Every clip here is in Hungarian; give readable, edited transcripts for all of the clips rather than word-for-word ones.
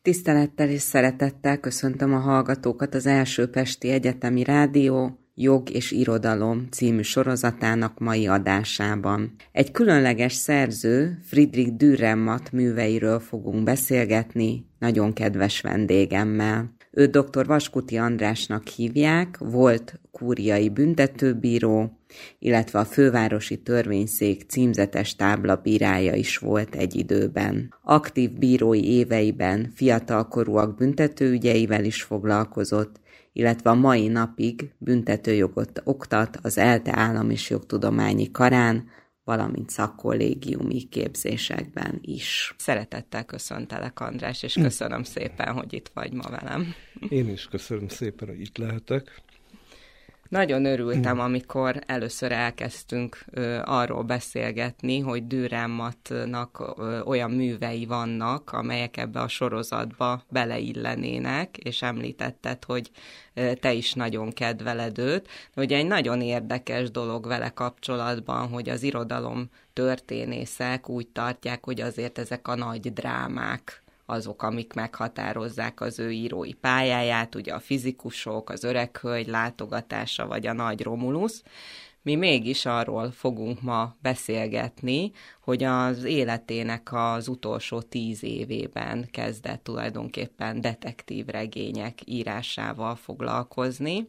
Tisztelettel és szeretettel köszöntöm a hallgatókat az Első Pesti Egyetemi Rádió Jog és Irodalom című sorozatának mai adásában. Egy különleges szerző, Friedrich Dürrenmatt műveiről fogunk beszélgetni nagyon kedves vendégemmel. Őt dr. Vaskuti Andrásnak hívják, volt kúriai büntetőbíró, illetve a fővárosi törvényszék címzetes táblabírája is volt egy időben. Aktív bírói éveiben fiatalkorúak büntetőügyeivel is foglalkozott, illetve a mai napig büntetőjogot oktat az ELTE Állam- és Jogtudományi Karán, valamint szakkollégiumi képzésekben is. Szeretettel köszöntelek, András, és köszönöm szépen, hogy itt vagy ma velem. Én is köszönöm szépen, hogy itt lehetek. Nagyon örültem, amikor először elkezdtünk arról beszélgetni, hogy Dürrenmattnak olyan művei vannak, amelyek ebbe a sorozatba beleillenének, és említetted, hogy te is nagyon kedveled őt. Ugye egy nagyon érdekes dolog vele kapcsolatban, hogy az irodalom történészek úgy tartják, hogy azért ezek a nagy drámák azok, amik meghatározzák az ő írói pályáját, ugye a Fizikusok, az Öreg hölgy látogatása, vagy a Nagy Romulusz. Mi mégis arról fogunk ma beszélgetni, hogy az életének az utolsó 10 évében kezdett tulajdonképpen detektív regények írásával foglalkozni,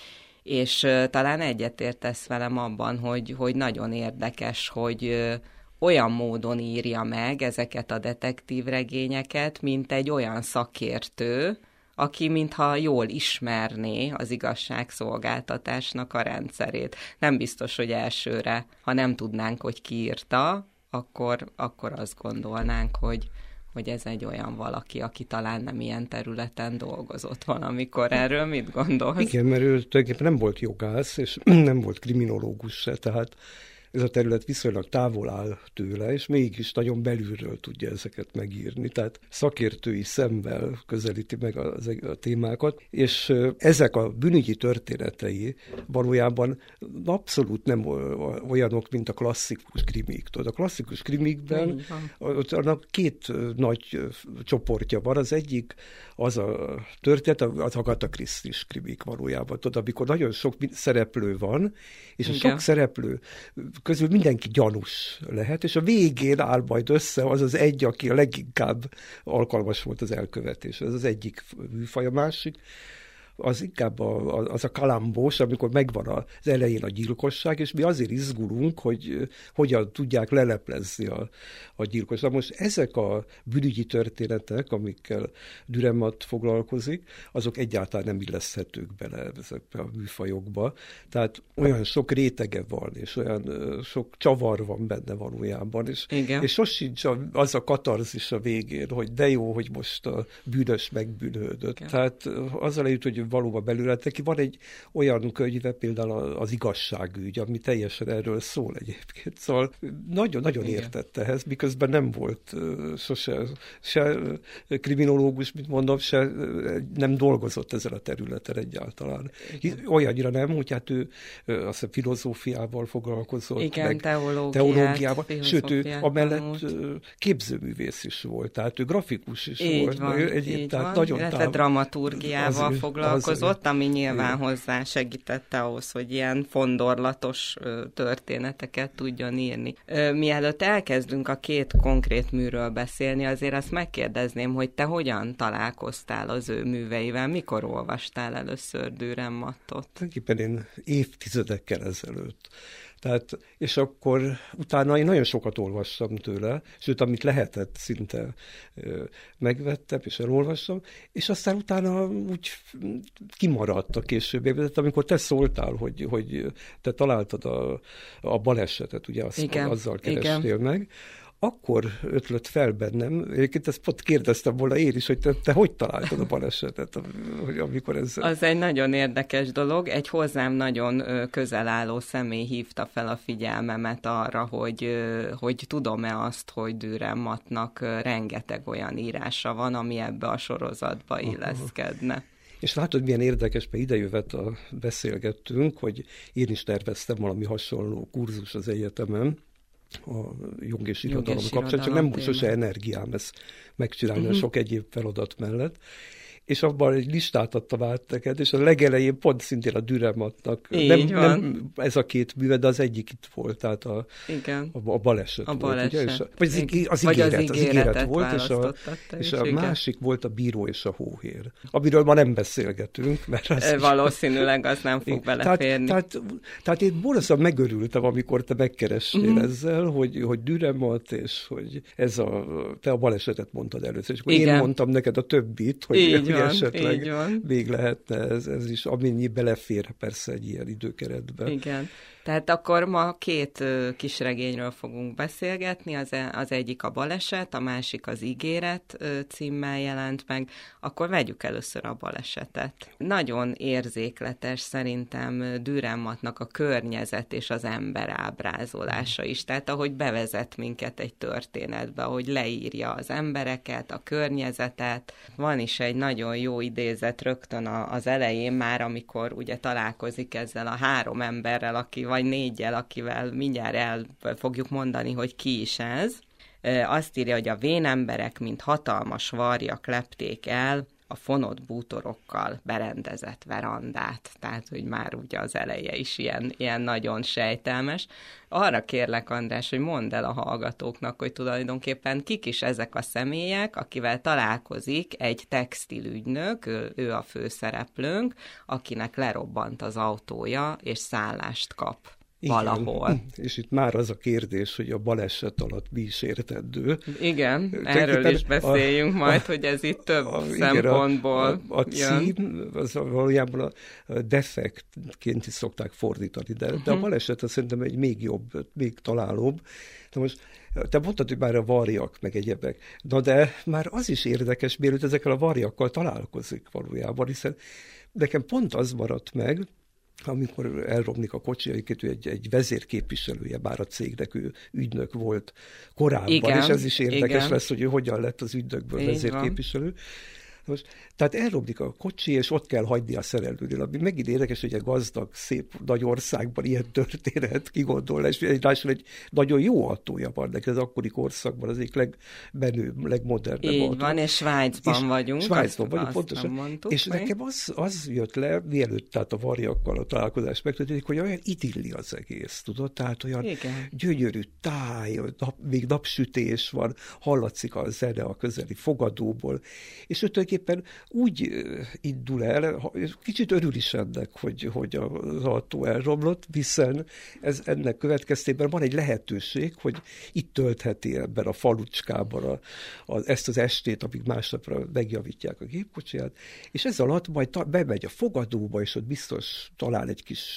és talán egyetértesz velem abban, hogy nagyon érdekes, hogy olyan módon írja meg ezeket a detektív regényeket, mint egy olyan szakértő, aki mintha jól ismerné az igazságszolgáltatásnak a rendszerét. Nem biztos, hogy elsőre, ha nem tudnánk, hogy ki írta, akkor azt gondolnánk, hogy ez egy olyan valaki, aki talán nem ilyen területen dolgozott valamikor. Erről mit gondolsz? Igen, mert ő tulajdonképpen nem volt jogász, és nem volt kriminológus se, tehát ez a terület viszonylag távol áll tőle, és mégis nagyon belülről tudja ezeket megírni. Tehát szakértői szemmel közelíti meg a témákat, és ezek a bűnügyi történetei valójában abszolút nem olyanok, mint a klasszikus krimik. Tudod, a klasszikus krimikben annak két nagy csoportja van. Az egyik az a történet, az Agatha Christie krimik valójában. Tudod, amikor nagyon sok szereplő van, és a sok szereplő közül mindenki gyanús lehet, és a végén áll majd össze az az egy, aki a leginkább alkalmas volt az elkövetésre. Ez az egyik műfaj. A másik az inkább az a kalambós, amikor megvan az elején a gyilkosság, és mi azért izgulunk, hogy hogyan tudják leleplezni a gyilkosságot. Most ezek a bűnügyi történetek, amikkel Dürrenmatt foglalkozik, azok egyáltalán nem illeszthetők bele ezekbe a műfajokba. Tehát olyan sok rétege van, és olyan sok csavar van benne valójában, és sosincs az a katarzis a végén, hogy de jó, hogy most a bűnös megbűnhődött. Tehát azzal eljut, hogy valóban belőle neki. Van egy olyan könyve, például az Igazságügy, ami teljesen erről szól egyébként. Szóval nagyon-nagyon értett ehhez, miközben nem volt se kriminológus, mint mondom, se nem dolgozott ezen a területen egyáltalán. Olyannyira nem, hogy hát ő azt hiszem filozófiával foglalkozott, igen, meg teológiával, sőt, ő amellett képzőművész is volt, tehát ő grafikus is volt. Így van, illetve dramaturgiával foglalkozott, ami nyilván hozzá segítette ahhoz, hogy ilyen fondorlatos történeteket tudjon írni. Mielőtt elkezdünk a két konkrét műről beszélni, azért azt megkérdezném, hogy te hogyan találkoztál az ő műveivel, mikor olvastál először Dürrenmattot? Tulajdonképpen én évtizedekkel ezelőtt. Tehát, és akkor utána én nagyon sokat olvastam tőle, sőt, amit lehetett, szinte megvettem, és elolvastam, és aztán utána úgy kimaradt a későbbiekben. Tehát amikor te szóltál, hogy te találtad a balesetet, ugye azzal kerestél meg, akkor ötlött fel bennem, egyébként ezt pont kérdeztem volna én is, hogy te hogy találtad a balesetet, amikor ez... Az egy nagyon érdekes dolog. Egy hozzám nagyon közel álló személy hívta fel a figyelmemet arra, hogy tudom-e azt, hogy Dürrenmattnak rengeteg olyan írása van, ami ebbe a sorozatba illeszkedne. És látod, milyen érdekes, mert idejövet beszélgettünk, hogy én is terveztem valami hasonló kurzus az egyetemen, a jog és irodalom kapcsán, csak nem volt sose energiám ezt megcsinálni a sok egyéb feladat mellett. És abban egy listát adtam át neked, és a legelején pont szintén a Dürrenmattnak, nem ez a két műve, de az egyik itt volt, tehát a baleset volt. Ugye? Az ígéret volt, és a másik volt a Bíró és a hóhér, amiről ma nem beszélgetünk, mert az valószínűleg az nem fog beleférni. Tehát én borzasztóan megörültem, amikor te megkerestél ezzel, hogy Dürrenmatt, és hogy te a balesetet mondtad először, és akkor én mondtam neked a többit, hogy esetleg még lehetne ez is, amennyi belefér persze egy ilyen időkeretbe. Igen. Tehát akkor ma két kisregényről fogunk beszélgetni, az egyik a Baleset, a másik az Ígéret címmel jelent meg. Akkor vegyük először a Balesetet. Nagyon érzékletes szerintem Dürrenmattnak a környezet és az ember ábrázolása is. Tehát ahogy bevezet minket egy történetbe, ahogy leírja az embereket, a környezetet. Van is egy nagyon jó idézet rögtön az elején már, amikor ugye találkozik ezzel a 3 emberrel, vagy 4-jel, akivel mindjárt el fogjuk mondani, hogy ki is ez. Azt írja, hogy a vénemberek, mint hatalmas varjak lepték el a fonott bútorokkal berendezett verandát. Tehát, hogy már ugye az eleje is ilyen nagyon sejtelmes. Arra kérlek, András, hogy mondd el a hallgatóknak, hogy tulajdonképpen kik is ezek a személyek, akivel találkozik egy textilügynök, ő a főszereplőnk, akinek lerobbant az autója, és szállást kap. Valahol. Igen. És itt már az a kérdés, hogy a baleset alatt mi is értendő. Igen, erről is beszéljünk majd, hogy ez itt több szempontból a cím, az valójában a defektként is szokták fordítani, de a baleset azt szerintem egy még jobb, még találóbb. De most te mondtad, hogy már a varjak, meg egyebek. Na de már az is érdekes, mielőtt ezekkel a varjakkal találkozik valójában, hiszen nekem pont az maradt meg, amikor elromlik a kocsi, egy vezérképviselője már a cégnek, ő ügynök volt korábban, igen, és ez is érdekes lesz, hogy ő hogyan lett az ügynökből vezérképviselő. Most, tehát elromlik a kocsi, és ott kell hagyni a szerelőnél, ami megint érdekes, hogy egy gazdag, szép nagy országban ilyen történet kigondolni, és ráadásul egy nagyon jó autója van neki, az akkori korszakban az egyik legmenőbb, legmodernebb autó. Így van, és Svájcban vagyunk. Svájcban vagyunk, pontosan. És nekem az jött le, mielőtt tehát a varjakkal a találkozás megtörténik, hogy olyan idilli az egész, tudod? Tehát olyan gyönyörű táj, még napsütés van, hallatszik a zene a közeli fogadóból, és tulajdonképpen úgy indul el, kicsit örül is ennek, hogy az autó elromlott, hiszen ennek következtében van egy lehetőség, hogy itt töltheti ebben a falucskában ezt az estét, amíg másnapra megjavítják a gépkocsiját, és ez alatt majd bemegy a fogadóba, és ott biztos talál egy kis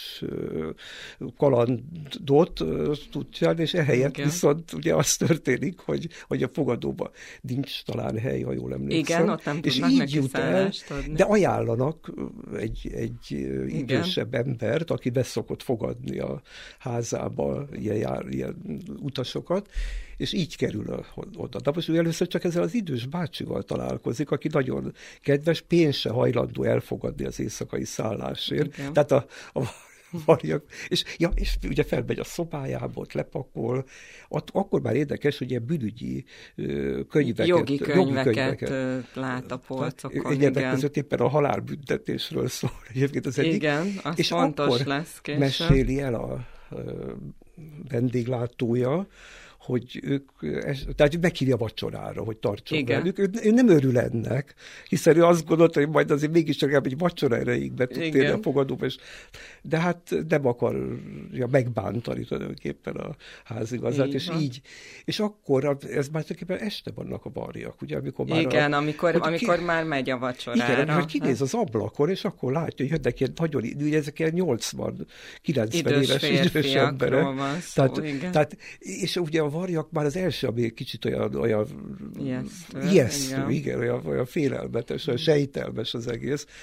kalandot, tud csinálni, és ehelyett viszont ugye az történik, hogy a fogadóba nincs talán hely, ha jól emlékszem. Igen, ott nem és így jut el, de ajánlanak egy idősebb embert, aki beszokott fogadni a házába ilyen utasokat, és így kerül oda. De most ő először csak ezzel az idős bácsival találkozik, aki nagyon kedves, pénz se hajlandó elfogadni az éjszakai szállásért. Igen. Tehát a varjak, és ugye felmegy a szobájába, ott lepakol. Akkor már érdekes, hogy ilyen bűnügyi könyveket, jogi könyveket lát a polcokon. Egyébként között éppen a halálbüntetésről szól egyébként az egyik. Igen, az és fontos lesz később. Meséli el a vendéglátója, hogy tehát meghívja vacsorára, hogy tartson velük. Ő nem örül ennek, hiszen ő azt gondolta, hogy majd azért mégiscsak egy vacsora erejéig be tud térni a fogadóba, de hát nem akarja megbántani tulajdonképpen a házigazát, és így. És akkor, ez már tulajdonképpen este vannak a varjak, ugye? Amikor már megy a vacsorára. Igen, hogy kinéz az ablakon, és akkor látja, hogy jönnek ilyen nagyon, ugye ezek ilyen 80-90 éves idős emberek. Tehát, és ugye a varjak már az első, ami kicsit olyan ijesztő, igen, olyan félelmetes, olyan sejtelmes az egész.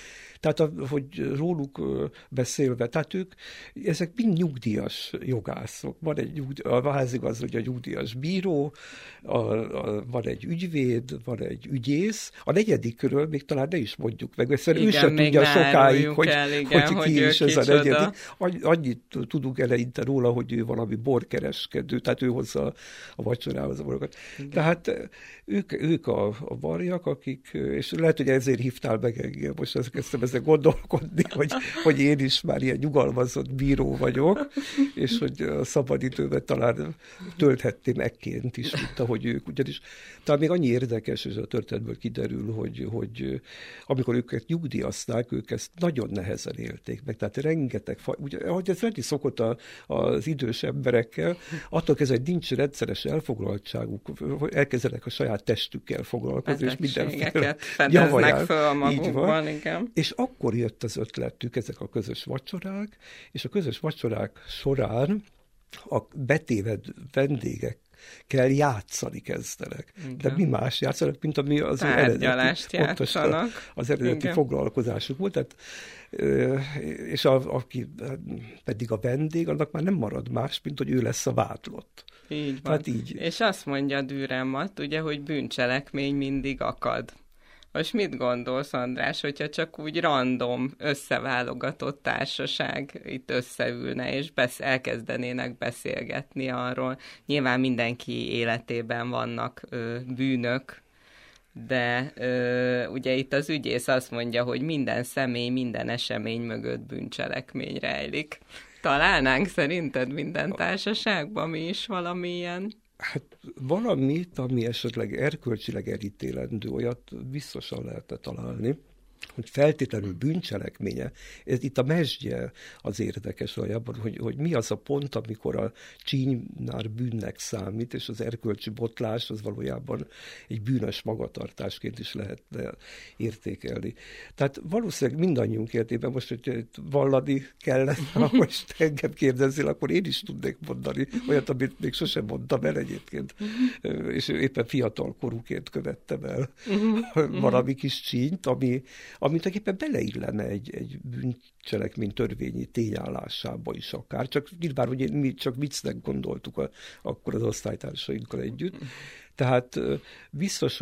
Tehát, hogy róluk beszélve, tehát ezek mind nyugdíjas jogászok. Van egy a házigazda, hogy a nyugdíjas bíró, van egy ügyvéd, van egy ügyész. A negyedik körül még talán ne is mondjuk meg, mert ő sem tudja sokáig, hogy ki is ez a negyedik. Annyit tudunk eleinte róla, hogy ő valami borkereskedő, tehát ő hozza a vacsorához a borokat. Tehát ők a varjak, akik, és lehet, hogy ezért hívtál meg engem, most kezdtem ezzel gondolkodni, hogy én is már ilyen nyugalmazott bíró vagyok, és hogy a szabadidőben talán tölthetném ekként is, mint ahogy ők. Ugyanis talán még annyi érdekes, és a történetből kiderül, hogy amikor őket nyugdíjazták, ők ezt nagyon nehezen élték meg. Tehát rengeteg, ugye, ahogy ez lenni szokott az idős emberekkel, attól kezdve, hogy nincs rendszeres elfoglaltságuk, elkezdenek a saját testükkel foglalkozni, és mindenféle fedeznek föl magukban, igen. És akkor jött az ötletük, ezek a közös vacsorák, és a közös vacsorák során a betéved vendégek kell játszani kezdenek. Igen. De mi más játszanak, mint ami az eredeti foglalkozásuk volt. Tehát, és aki pedig a vendég, annak már nem marad más, mint hogy ő lesz a vádlott. Így van. Így. És azt mondja Dürrenmatt, ugye, hogy bűncselekmény mindig akad. Most mit gondolsz, András, hogyha csak úgy random, összeválogatott társaság itt összeülne, és elkezdenének beszélgetni arról? Nyilván mindenki életében vannak bűnök, de ugye itt az ügyész azt mondja, hogy minden személy, minden esemény mögött bűncselekmény rejlik. Találnánk szerinted minden társaságban mi is valamilyen? Hát valamit, ami esetleg erkölcsileg elítélendő, olyat biztosan lehetne találni, hogy feltétlenül bűncselekménye. Ez itt a mesdje az érdekes olyanban, hogy mi az a pont, amikor a csíny már bűnnek számít, és az erkölcsi botlás az valójában egy bűnös magatartásként is lehetne értékelni. Tehát valószínűleg mindannyiunk életében most, hogy vallani kellene, most engem kérdezzél, akkor én is tudnék mondani olyat, amit még sosem mondtam el egyébként, és éppen fiatal korúként követtem el valami kis csínyt, amit tulajdonképpen beleillene egy bűncselekmény törvényi tényállásába is akár. Csak nyilván, hogy mi csak viccnek gondoltuk akkor az osztálytársainkkal együtt. Tehát biztos,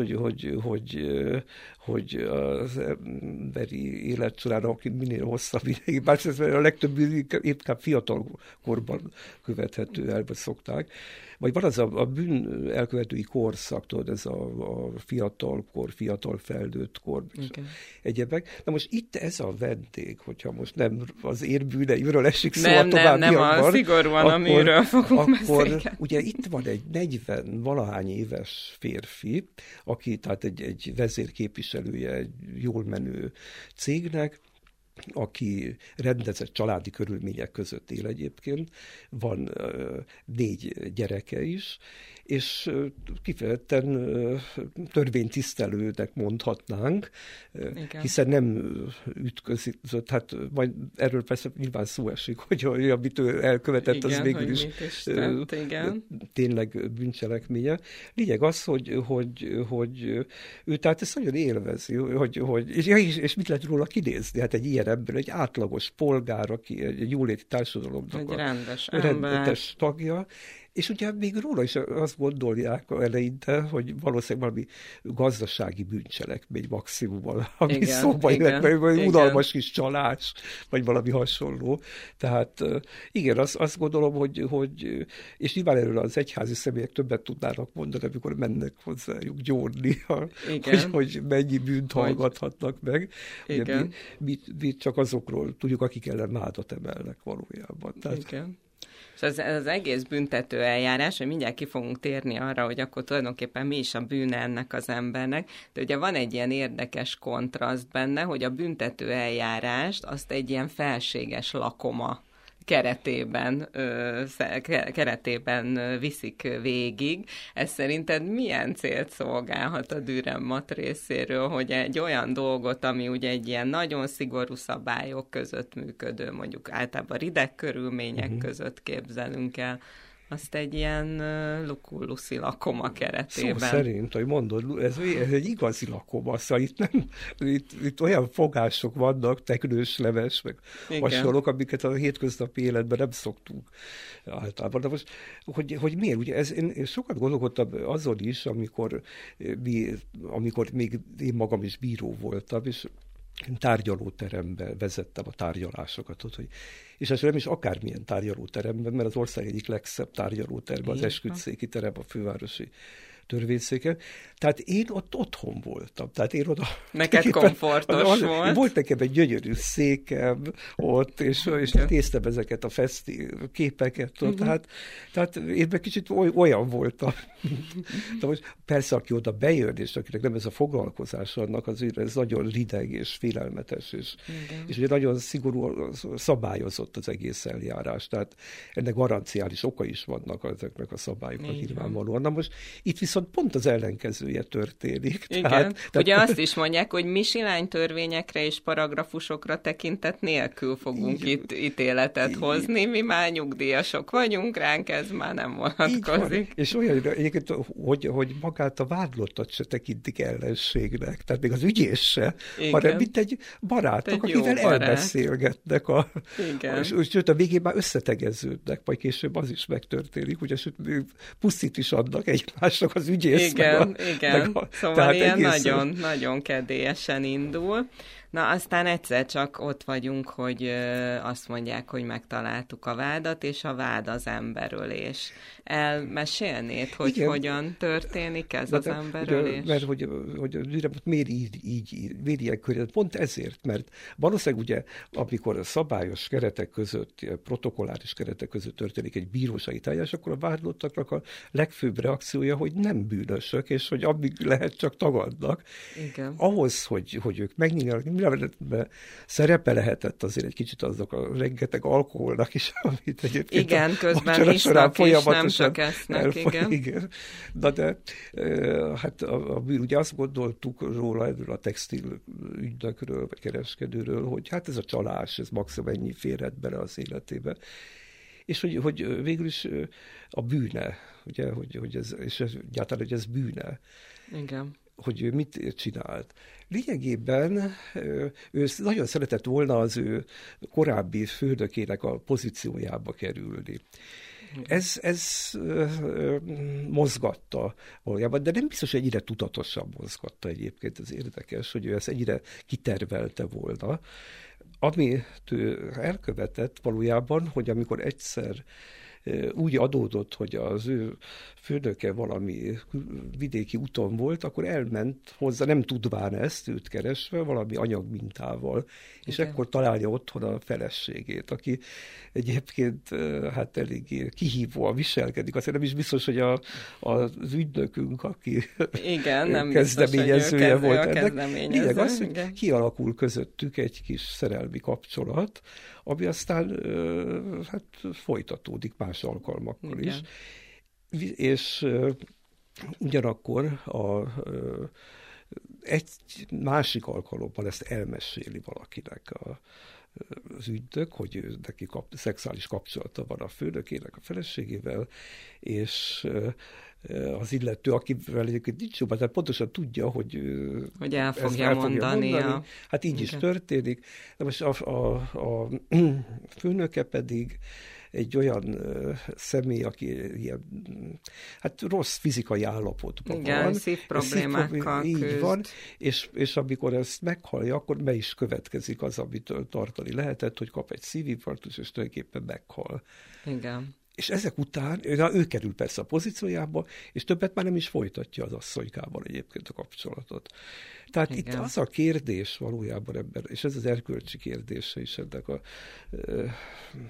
hogy az emberi élet során, aki minél hosszabb ideig, bár ez a legtöbb inkább fiatal korban követhető el, vagy szokták. Vagy van az a bűn elkövetői korszak, tudod, ez a fiatalkor, fiatal felnőtt kor, egyebek. Na most itt ez a vendég, hogyha most nem az én bűneimről esik szó a továbbiakban. Nem, szigorúan amiről fogunk beszélgetni. Ugye itt van egy 40-valahány éves férfi, aki tehát egy vezérképviselője egy jól menő cégnek, aki rendezett családi körülmények között él egyébként, van 4 gyereke is, és kifejezetten törvénytisztelőnek mondhatnánk, igen. Hiszen nem ütközik, hát majd erről persze nyilván szó esik, hogy amit ő elkövetett, igen, az végül is tényleg bűncselekménye. Lényeg az, hogy ő tehát ezt nagyon élvezi, és mit lehet róla kinézni? Hát egy ilyen ember, egy átlagos polgár, aki egy jóléti társadalomnak egy rendes tagja, és ugye még róla is azt gondolják eleinte, hogy valószínűleg valami gazdasági bűncselekmény maximum, ami szóba jött, vagy unalmas kis csalás, vagy valami hasonló. Tehát igen, azt gondolom, hogy és nyilván erről az egyházi személyek többet tudnának mondani, amikor mennek hozzájuk gyónni, hogy mennyi bűnt hallgathatnak meg. Ugye, mi csak azokról tudjuk, akik ellen vádat emelnek valójában. Tehát, igen. És az egész büntető eljárás, hogy mindjárt ki fogunk térni arra, hogy akkor tulajdonképpen mi is a bűne ennek az embernek, de ugye van egy ilyen érdekes kontraszt benne, hogy a büntető eljárást azt egy ilyen felséges lakoma keretében viszik végig. Ez szerinted milyen célt szolgálhat a Dürrenmatt részéről, hogy egy olyan dolgot, ami ugye egy ilyen nagyon szigorú szabályok között működő, mondjuk általában rideg körülmények között képzelünk el, azt egy ilyen lukulluszi lakoma keretében. Szó szerint, hogy mondod, ez egy igazi lakoma, szóval itt olyan fogások vannak, teknős leves, meg hasonlók, amiket a hétköznapi életben nem szoktunk általában. De most, hogy miért? Ugye én sokat gondolkodtam azon is, amikor még én magam is bíró voltam, és tárgyalóterembe vezettem a tárgyalásokat, és ez nem is akármilyen tárgyalóteremben, mert az ország egyik legszebb tárgyalóteremben, az esküdtszéki terem, a fővárosi törvényszéken. Tehát én ott otthon voltam. Tehát én oda... Neked komfortos volt. Volt nekem egy gyönyörű székem ott, és néztem ezeket a feszti képeket ott. Tehát én meg kicsit olyan voltam. De most persze, aki oda bejön, és akinek nem ez a foglalkozás annak, azért ez nagyon rideg és félelmetes, és ugye nagyon szigorú szabályozott az egész eljárás. Tehát ennek garanciális oka is vannak ezeknek a szabályoknak nyilvánvalóan. Na most itt viszont pont az ellenkezője történik. Igen. Tehát ugye azt is mondják, hogy mi silánystörvényekre és paragrafusokra tekintet nélkül fogunk itt ítéletet hozni, mi már nyugdíjasok vagyunk, ránk ez már nem vonatkozik. És olyan, hogy magát a vádlottat se tekintik ellenségnek, tehát még az ügyész se, hanem mint egy barátok, akivel elbeszélgetnek. Sőt, a végén már összetegeződnek, majd később az is megtörténik, ugye pusztít is adnak egymásnak az ügyész. Igen. Szóval ilyen nagyon kedélyesen indul. Na, aztán egyszer csak ott vagyunk, hogy azt mondják, hogy megtaláltuk a vádat, és a vád az emberölés. Elmesélnéd, hogy hogyan történik ez az emberölés? Mert hogy miért ilyen körülött? Pont ezért, mert valószínűleg ugye, amikor szabályos keretek között, protokolláris keretek között történik egy bírósági tárgyalás, akkor a vádlottaknak a legfőbb reakciója, hogy nem bűnösök, és hogy amíg lehet, csak tagadnak. Igen. Ahhoz, hogy ők megnyilvánulnak, szerepe lehetett azért egy kicsit azok a rengeteg alkoholnak is, amit egyébként igen, közben isznak, és nem csak esznek, igen. Na de hát ugye azt gondoltuk róla, erről a textil ügynökről, vagy kereskedőről, hogy hát ez a csalás, ez maximum ennyi férhet bele az életébe. És hogy végül is a bűne, ugye, hogy ez, és egyáltalán, hogy ez bűne. Igen. Hogy ő mit csinált. Lényegében ő nagyon szeretett volna az ő korábbi főnökének a pozíciójába kerülni. Ez mozgatta valójában, de nem biztos, hogy ennyire tudatosan mozgatta egyébként. Ez érdekes, hogy ő ezt ennyire kitervelte volna. Amit ő elkövetett valójában, hogy amikor egyszer úgy adódott, hogy az ő főnöke valami vidéki úton volt, akkor elment hozzá, nem tudván ezt, őt keresve, valami anyagmintával, és ekkor találja otthon a feleségét, aki egyébként hát eléggé kihívóan viselkedik. Azért nem is biztos, hogy az ügynökünk, aki nem kezdeményezője volt ennek. Lényeg az, hogy kialakul közöttük egy kis szerelmi kapcsolat, ami aztán hát folytatódik más alkalmakkal is. És ugyanakkor egy másik alkalommal ezt elmeséli valakinek az ügynök, hogy neki szexuális kapcsolata van a főnökének, a feleségével, és az illető, akivel egyébként nincs jobban, tehát pontosan tudja, hogy el fogja mondani. Hát így is történik. De most a főnöke pedig egy olyan személy, aki ilyen, hát rossz fizikai állapotban van. Szívproblémákkal küzd. Így van, és amikor ezt meghallja, akkor be is következik az, amitől tartani lehetett, hogy kap egy szívinfarktus, és tulajdonképpen meghal. Igen. És ezek után, ő kerül persze a pozíciójába, és többet már nem is folytatja az asszonykával egyébként a kapcsolatot. Tehát igen. Itt az a kérdés valójában ebben, és ez az erkölcsi kérdése is ennek a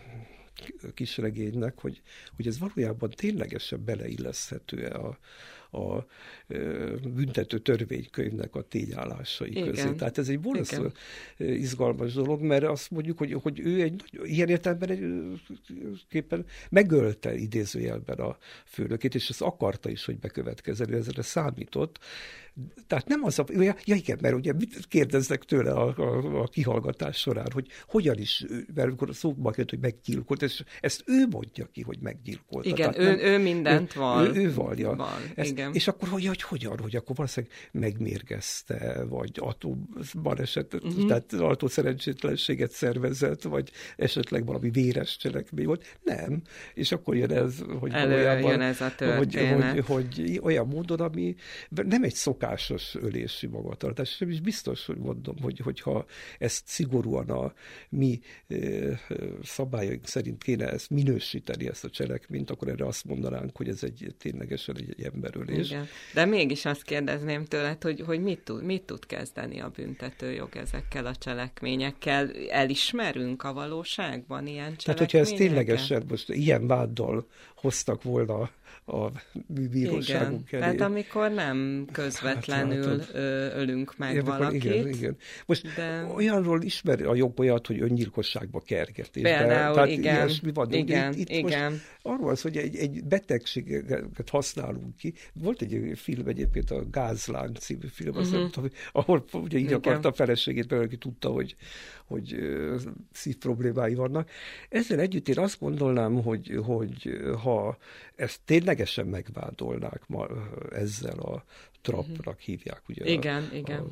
kisregénynek, hogy ez valójában ténylegesen beleilleszthető-e a büntető törvénykönyvnek a tényállásai közé. Tehát ez egy borzasztó izgalmas dolog, mert azt mondjuk, hogy ő ilyen értelemben képpen megölte idézőjelben a főnökét, és ezt akarta is, hogy bekövetkezzen, ezre számított. Tehát nem az ja igen, mert ugye mit kérdeznek tőle a kihallgatás során, hogy hogyan is, mert amikor szóba került, hogy meggyilkolt, és ezt ő mondja ki, hogy meggyilkolta. Igen, ő mindent val. Ő valja. Igen. És akkor hogyan, hogy akkor valószínűleg megmérgezte, vagy atombalesetet, tehát autószerencsétlenséget szervezett, vagy esetleg valami véres cselekmény volt. Nem. És akkor jön ez, hogy jön ez a történet. Hogy olyan módon, ami nem egy szokásos ölési magatartás, és biztos, hogy mondom, hogyha ezt szigorúan a mi szabályaink szerint kéne ezt minősíteni, ezt a cselekményt, akkor erre azt mondanánk, hogy ez ténylegesen egy emberölés. Igen. De mégis azt kérdezném tőled, hogy mit tud kezdeni a büntetőjog ezekkel a cselekményekkel? Elismerünk a valóságban ilyen cselekményeket? Tehát, hogyha ez ténylegesen most ilyen váddal hoztak volna a bíróságunk elé. Tehát amikor nem közvetlenül ölünk meg valakit. Igen. Most olyanról ismer a jog olyat, hogy öngyilkosságba kergetés. Például, tehát igen. Ilyesmi van. Igen. Most arról az, hogy egy betegséget használunk ki. Volt egy film egyébként, a Gázláng című film, ahol ugye így akarta a feleségét, mert aki tudta, hogy szívproblémái vannak. Ezzel együtt én azt gondolnám, hogy ha ezt ténylegesen megvádolnák ezzel a Trappnak hívják ugye igen.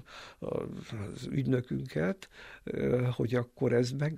az ügynökünket, hogy akkor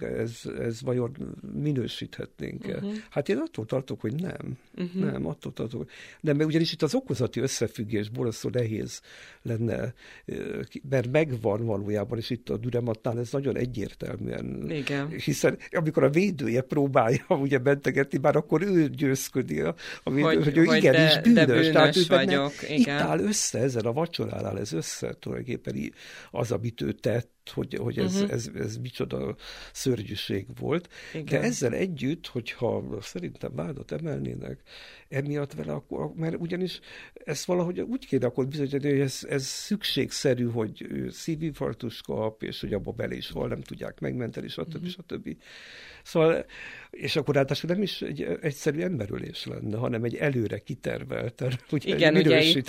ez vajon minősíthetnénk-e. Hát én attól tartok, hogy nem. Nem, attól tartok. Nem, mert ugyanis itt az okozati összefüggés borzasztó nehéz lenne, mert megvan valójában, és itt a Dürrenmattnál ez nagyon egyértelműen. Igen. Hiszen amikor a védője próbálja ugye mentegetni, már akkor ő győzködi, hogy ő igenis bűnös. Tehát ő vagyok. Itt áll össze, ezen a vacsorán áll ez össze, tulajdonképpen az, amit ő tett, hogy ez micsoda szörnyűség volt. Igen. De ezzel együtt, hogyha szerintem vádat emelnének emiatt vele, akkor, mert ugyanis ezt valahogy úgy kéne akkor bizonyítani, hogy ez szükségszerű, hogy ő szívinfarktus kap, és hogy abba bele is hal, nem tudják megmenteni, stb. Szóval, és akkor ráadásul nem is egy egyszerű emberölés lenne, hanem egy előre kitervelt. Igen, ugye itt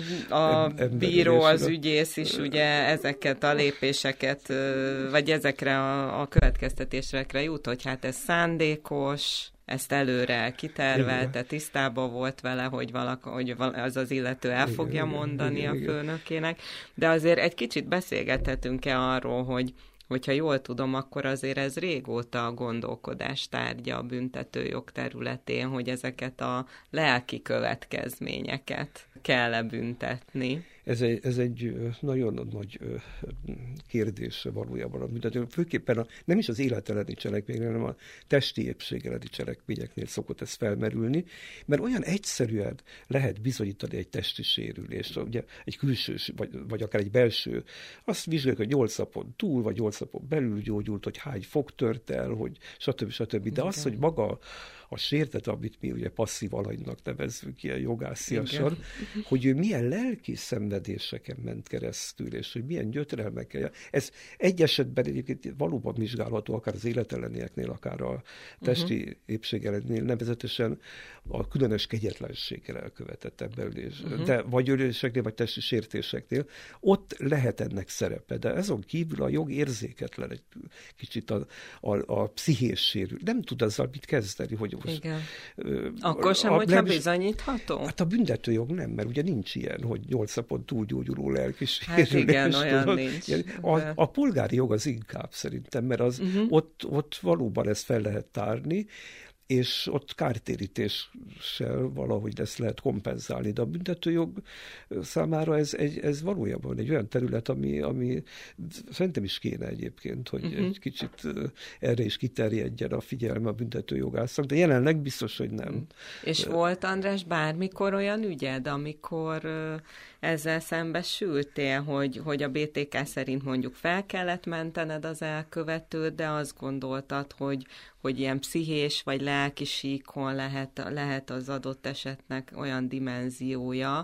a bíró, az ügyész is ugye ezeket a lépéseket, vagy ezekre a következtetésekre jut, hogy hát ez szándékos, ezt előre kitervelte, tisztában volt vele, hogy az az illető el fogja mondani a főnökének. De azért egy kicsit beszélgethetünk-e arról, hogyha jól tudom, akkor azért ez régóta a gondolkodás tárgya a büntetőjog területén, hogy ezeket a lelki következményeket kell büntetni. Ez egy nagyon nagy kérdés valójában a büntető. Főképpen nem is az élet elleni cselekményeknél, hanem a testi épség elleni cselekményeknél szokott ez felmerülni, mert olyan egyszerűen lehet bizonyítani egy testi sérülést, ugye egy külső, vagy akár egy belső. Azt vizsgáljuk, hogy 8 napon túl, vagy 8 napon belül gyógyult, hogy hány fok tört el, hogy stb. De az, hogy maga a sértet, amit mi ugye passzív alanynak nevezzük ilyen jogásziasan, hogy ő milyen lelki szenvedéseken ment keresztül, és hogy milyen gyötrelmekkel. Ez egy esetben egyébként valóban vizsgálható, akár az életellenieknél, akár a testi épség ellennél, nevezetesen a különös kegyetlenséggel elkövetett emberülés. De vagy öléseknél, vagy testi sértéseknél, ott lehet ennek szerepe. De ezon kívül a jog érzéketlen egy kicsit a pszichés sérül. Nem tud azzal mit kezdeni, hogy igen. Akkor sem, hogyha bizonyítható? Hát a büntetőjog nem, mert ugye nincs ilyen, hogy 8 napon túlgyógyuló lelkisérülés. Hát igen, olyan nincs. A polgári jog az inkább szerintem, mert az ott valóban ezt fel lehet tárni, és ott kártérítéssel valahogy ezt lehet kompenzálni. De a büntetőjog számára ez valójában egy olyan terület, ami szerintem is kéne egyébként, hogy egy kicsit erre is kiterjedjen a figyelme a büntetőjogásznak, de jelenleg biztos, hogy nem. És volt, András, bármikor olyan ügyed, amikor ezzel szembesültél, hogy a BTK szerint mondjuk fel kellett mentened az elkövetőt, de azt gondoltad, hogy ilyen pszichés vagy lelki síkon lehet az adott esetnek olyan dimenziója,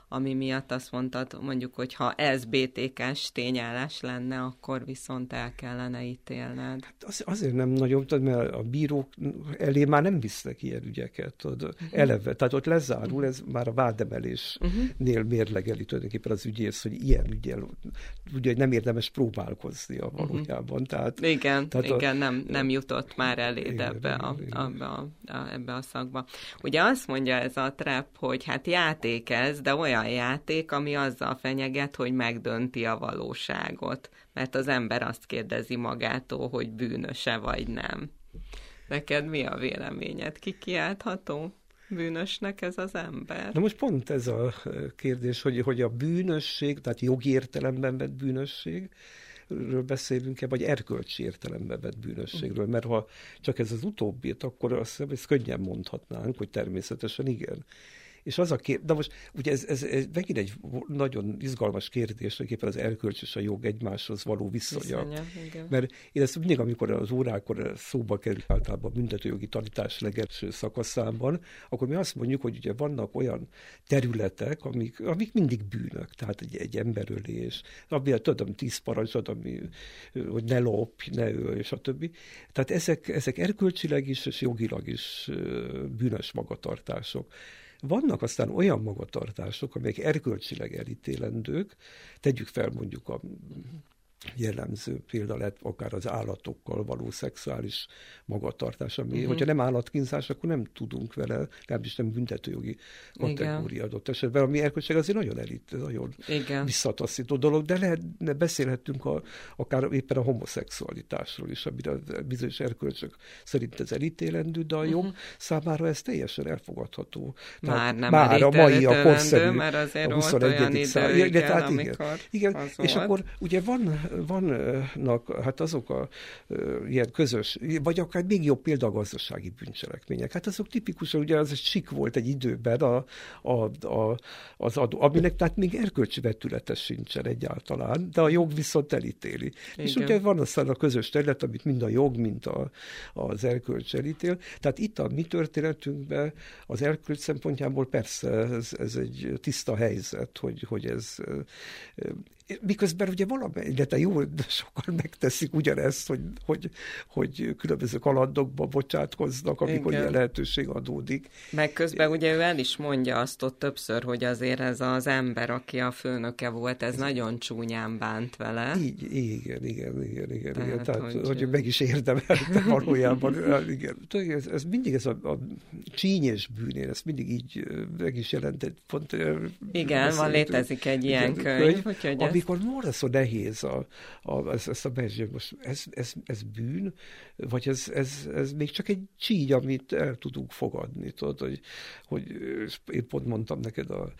ami miatt azt mondtad, mondjuk, hogy ha ez BTK-s tényállás lenne, akkor viszont el kellene ítélned. Hát azért nem nagyon, mert a bírók elé már nem visznek ilyen ügyeket, eleve. Tehát ott lezárul, ez már a vádemelésnél mérlegeli tulajdonképpen az ügyész, hogy ilyen ügyel, ugye nem érdemes próbálkoznia valójában. Tehát, igen, nem jutott már eléd ebbe a szakba. Ugye azt mondja ez a Trepp, hogy hát játék ez, de olyan játék, ami azzal fenyeget, hogy megdönti a valóságot. Mert az ember azt kérdezi magától, hogy bűnöse vagy nem. Neked mi a véleményed? Ki kiáltható bűnösnek ez az ember? Na most pont ez a kérdés, hogy a bűnösség, tehát jogi értelemben vett bűnösségről beszélünk-e, vagy erkölcsi értelemben vett bűnösségről, mert ha csak ez az utóbbit, akkor azt hiszem, ezt könnyen mondhatnánk, hogy természetesen igen. És az a kérdés, de most ugye ez megint egy nagyon izgalmas kérdés, tulajdonképpen az erkölcs és a jog egymáshoz való viszonya. Mert én ezt mindig, amikor az órákon szóba kerül általában a büntetőjogi tanítás legelső szakaszában, akkor mi azt mondjuk, hogy ugye vannak olyan területek, amik mindig bűnök, tehát egy emberölés, amivel tudom, 10 parancsot, hogy ne lopj, ne ölj, és a többi. Tehát ezek erkölcsileg is és jogilag is bűnös magatartások. Vannak aztán olyan magatartások, amelyek erkölcsileg elítélendők, tegyük fel mondjuk a jellemző példa lett akár az állatokkal való szexuális magatartás, ami, hogyha nem állatkínzás, akkor nem tudunk vele, legalábbis nem büntetőjogi kategória adott esetben, ami erkölcsileg azért nagyon visszataszító dolog, de beszélhetünk akár éppen a homoszexualitásról is, amire bizonyos erkölcsök szerint ez elítélendő, de a jog számára ez teljesen elfogadható. Már nem elítélendő, mert azért volt olyan idő, amikor igen, és akkor ugye vannak hát azok ilyen közös, vagy akár még jobb példa a gazdasági bűncselekmények. Hát azok tipikusan, ugye az egy sik volt egy időben az adó, aminek tehát még erkölcsi vetülete sincsen egyáltalán, de a jog viszont elítéli. Igen. És ugye van aztán a közös terület, amit mind a jog, mind az erkölcs elítél. Tehát itt a mi történetünkben az erkölcs szempontjából persze ez egy tiszta helyzet, hogy ez miközben ugye de jó, de sokan megteszik ugyanezt, hogy különböző kalandokba bocsátkoznak, amikor ilyen lehetőség adódik. Meg közben ugye ő el is mondja azt ott többször, hogy azért ez az ember, aki a főnöke volt, ez nagyon csúnyán bánt vele. Igen. Tehát, hogy meg is érdemelte valójában. Igen. Ez mindig ez a csíny és bűnén, ez mindig így meg is jelentett. Igen, létezik egy ilyen könyv, amikor borzasztó nehéz ezt a beszélni, most ez bűn, vagy ez még csak egy csíny, amit el tudunk fogadni, tudod, hogy én pont mondtam neked a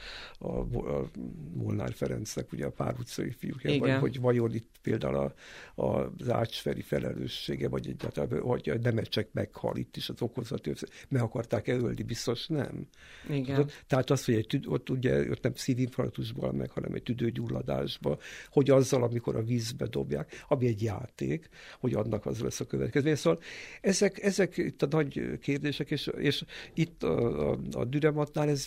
Molnár Ferencnek, ugye a Pár utcai fiúkjában, hogy vajon itt például az Ácsferi felelőssége, vagy egyáltalán, hogy a Nemecsek meghal itt is az okozati, meg akarták ölni, biztos nem. Igen. Tudod? Tehát az, hogy ott nem szívinfarktusból meg, hanem egy tüdőgyulladásba, hogy azzal, amikor a vízbe dobják, ami egy játék, hogy annak az lesz a következmény. Szóval ezek itt a nagy kérdések, és itt a Dürematnál ez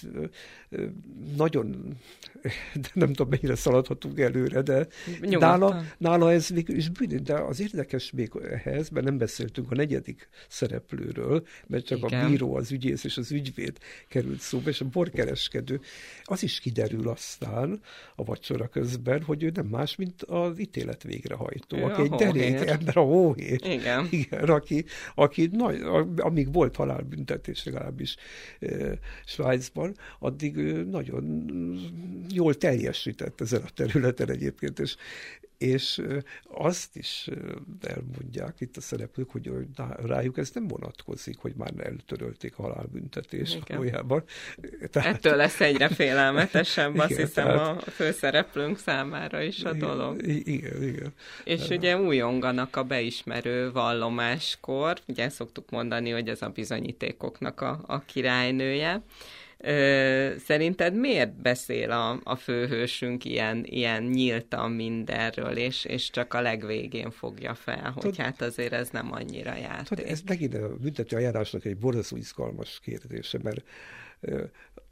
nagyon, de nem tudom, mennyire szaladhatunk előre, de nála ez végül is bűn. De az érdekes még ehhez, mert nem beszéltünk a negyedik szereplőről, mert csak a bíró, az ügyész és az ügyvéd került szóba, és a borkereskedő, az is kiderül aztán a vacsora közben, hogy ő nem más, mint az ítélet végrehajtó, aki egy derék ember, a hóhér. Igen, aki amíg volt halálbüntetés legalábbis Svájcban, addig nagyon jól teljesített ezen a területen egyébként, és azt is elmondják itt a szereplők, hogy rájuk ez nem vonatkozik, hogy már eltörölték a halálbüntetést valójában. Ettől lesz egyre félelmetesebb, azt hiszem a főszereplőnk számára is a dolog. Igen. És ugye újonganak a beismerő vallomáskor, ugye szoktuk mondani, hogy ez a bizonyítékoknak a királynője. Szerinted miért beszél a főhősünk ilyen nyíltan mindenről, és csak a legvégén fogja fel, hogy hát azért ez nem annyira játék? Ez megint a büntető eljárásnak egy borzasztó izgalmas kérdése, mert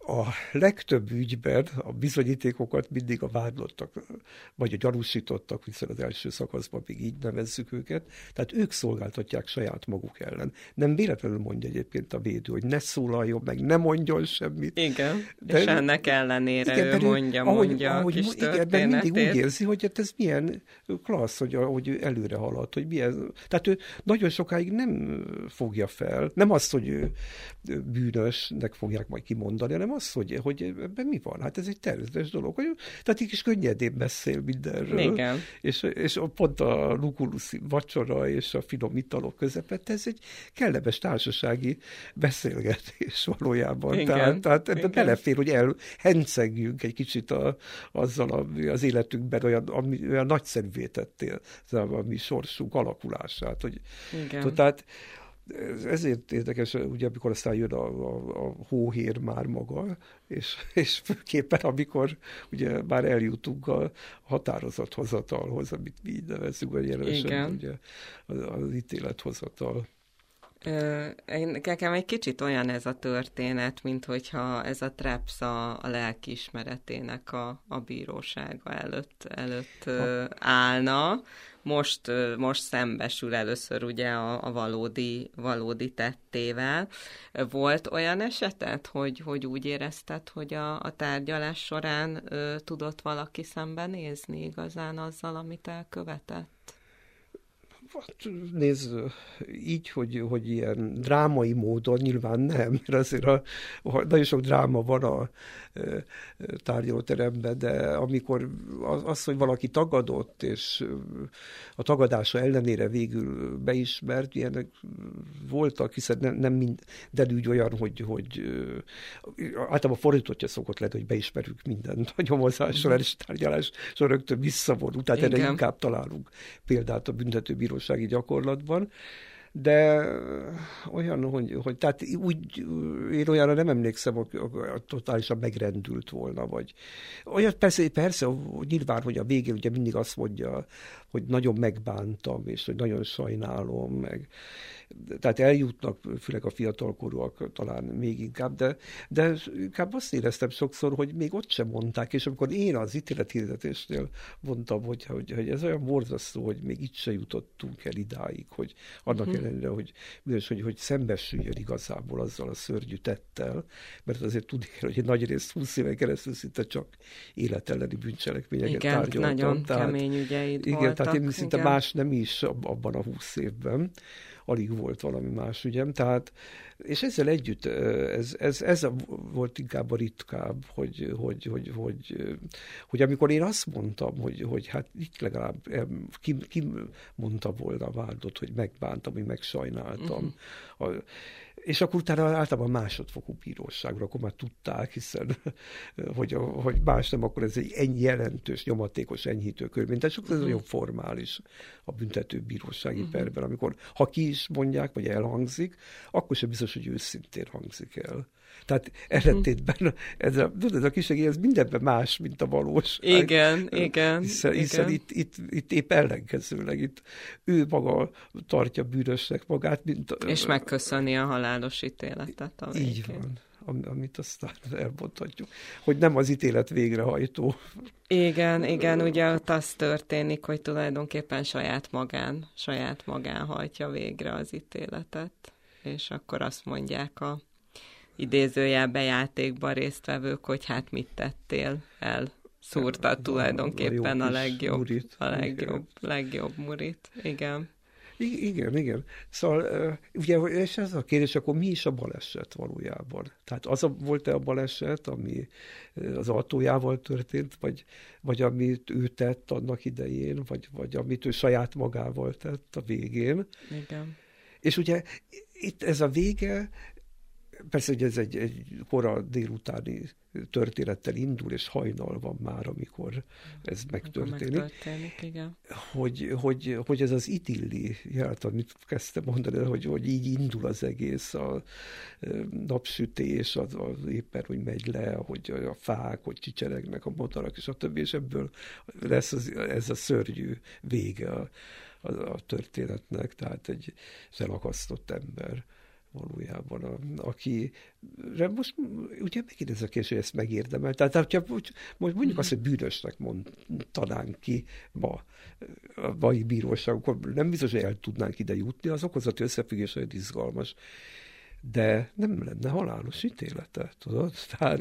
A legtöbb ügyben a bizonyítékokat mindig a vádlottak, vagy a gyanúsítottak, hiszen az első szakaszban még így nevezzük őket, tehát ők szolgáltatják saját maguk ellen. Nem véletlenül mondja egyébként a védő, hogy ne szólaljon meg, ne mondjon semmit. Igen, de és ennek ellenére igen, ő mondja a kis történetét. Igen, de mindig úgy érzi, hogy hát ez milyen klassz, hogy ő előre halad, hogy milyen... Tehát ő nagyon sokáig nem fogja fel, nem azt, hogy ő bűnösnek fogják majd kimondani, hanem azt, hogy ebben mi van. Hát ez egy természetes dolog. Tehát így is könnyedén beszél mindenről. Igen. És pont a lukuluszi vacsora és a finom italok közepette, ez egy kellemes társasági beszélgetés valójában. Igen. Tehát ebben belefér, hogy elhencegjünk egy kicsit azzal, ami az életünkben olyan nagyszerűvé tettél, a mi sorsunk alakulását. Igen. Tehát ezért érdekes, ugye, amikor aztán jön a hóhér már maga, és főképpen, amikor ugye már eljutunk a határozathozatalhoz, amit mi így nevezzük, vagy jelenesen ugye az ítélethozatal. Nekem egy kicsit olyan ez a történet, mint hogyha ez a Traps a lelkiismeretének a bírósága előtt állna. Most szembesül először ugye a valódi tettével. Volt olyan esetet, hogy úgy érezted, hogy a tárgyalás során tudott valaki szembenézni igazán azzal, amit elkövetett? Nézd, így, hogy ilyen drámai módon nyilván nem, mert azért nagyon sok dráma van a tárgyalóteremben, de amikor az, hogy valaki tagadott, és a tagadása ellenére végül beismert, ilyenek voltak, hiszen nem minden ügy olyan, hogy általában fordítottja szokott lenni, hogy beismerjük mindent a nyomozás során, és tárgyalás során rögtön visszavonul. Tehát erre inkább találunk példát a büntetőbírósági gyakorlatban. De olyan, hogy tehát úgy, én olyanra nem emlékszem, hogy totálisan megrendült volna, vagy olyan persze, nyilván, hogy a végén ugye mindig azt mondja, hogy nagyon megbántam, és hogy nagyon sajnálom, meg tehát eljutnak, főleg a fiatalkorúak talán még inkább, de inkább azt éreztem sokszor, hogy még ott sem mondták, és amikor én az ítélethirdetésnél mondtam, hogy ez olyan borzasztó, hogy még itt se jutottunk el idáig, hogy annak ellenére, hogy szembesüljön igazából azzal a szörnyű tettel, mert azért tudni kell, hogy egy nagy részt 20 éven keresztül szinte csak életelleni bűncselekményeket tárgyaltam. Igen, nagyon kemény ügyeid voltak. Igen, tehát én szinte más nem is abban a 20 évben. Alig volt valami más ügyem, tehát, és ezzel együtt ez volt inkább a ritkább, hogy amikor én azt mondtam, hogy hát itt legalább ki mondta volna a vádot, hogy megbántam, hogy megsajnáltam. És akkor utána általában másodfokú bíróságra, akkor már tudták, hiszen hogy más nem, akkor ez egy jelentős, nyomatékos enyhítő körülmény. Tehát sokszor ez nagyon formális a büntető bírósági perben, amikor ha ki is mondják, vagy elhangzik, akkor sem biztos, hogy őszintén hangzik el. Tehát ellentétben ez a kisegély, ez mindenben más, mint a valós. Igen. Hiszen itt épp ellenkezőleg, itt ő maga tartja bűnösnek magát, és megköszöni a halálos ítéletet. Így van, amit aztán elmondhatjuk, hogy nem az ítélet végrehajtó. Igen, ugye ott az történik, hogy tulajdonképpen saját magán hajtja végre az ítéletet, és akkor azt mondják a idézőjelben játékban résztvevők, hogy hát mit tettél el. Szúrtad tulajdonképpen a legjobb murit. Igen. Igen. Szóval, ugye, és ez a kérdés, akkor mi is a baleset valójában? Tehát volt-e a baleset, ami az autójával történt, vagy amit ő tett annak idején, vagy amit ő saját magával tett a végén? Igen. És ugye itt ez a vége, persze, hogy ez egy kora délutáni történettel indul, és hajnal van már, amikor ez megtörténik. Igen. Hogy ez az idilli jelenet, amit kezdtem mondani, hogy így indul az egész, a napsütés, az éppen, hogy megy le, hogy a fák, hogy csicseregnek a motorak, és a többi, és ebből lesz ez a szörnyű vége a történetnek, tehát egy elakasztott ember valójában, akire most ugye megint ez a kérdés, hogy ezt megérdemel. Tehát, hogyha most mondjuk azt, hogy bűnösnek mondanánk ki ma a mai bíróságokon, nem biztos, hogy el tudnánk ide jutni, az okozati összefüggés olyan izgalmas. De nem lenne halálos ítélete, tudod?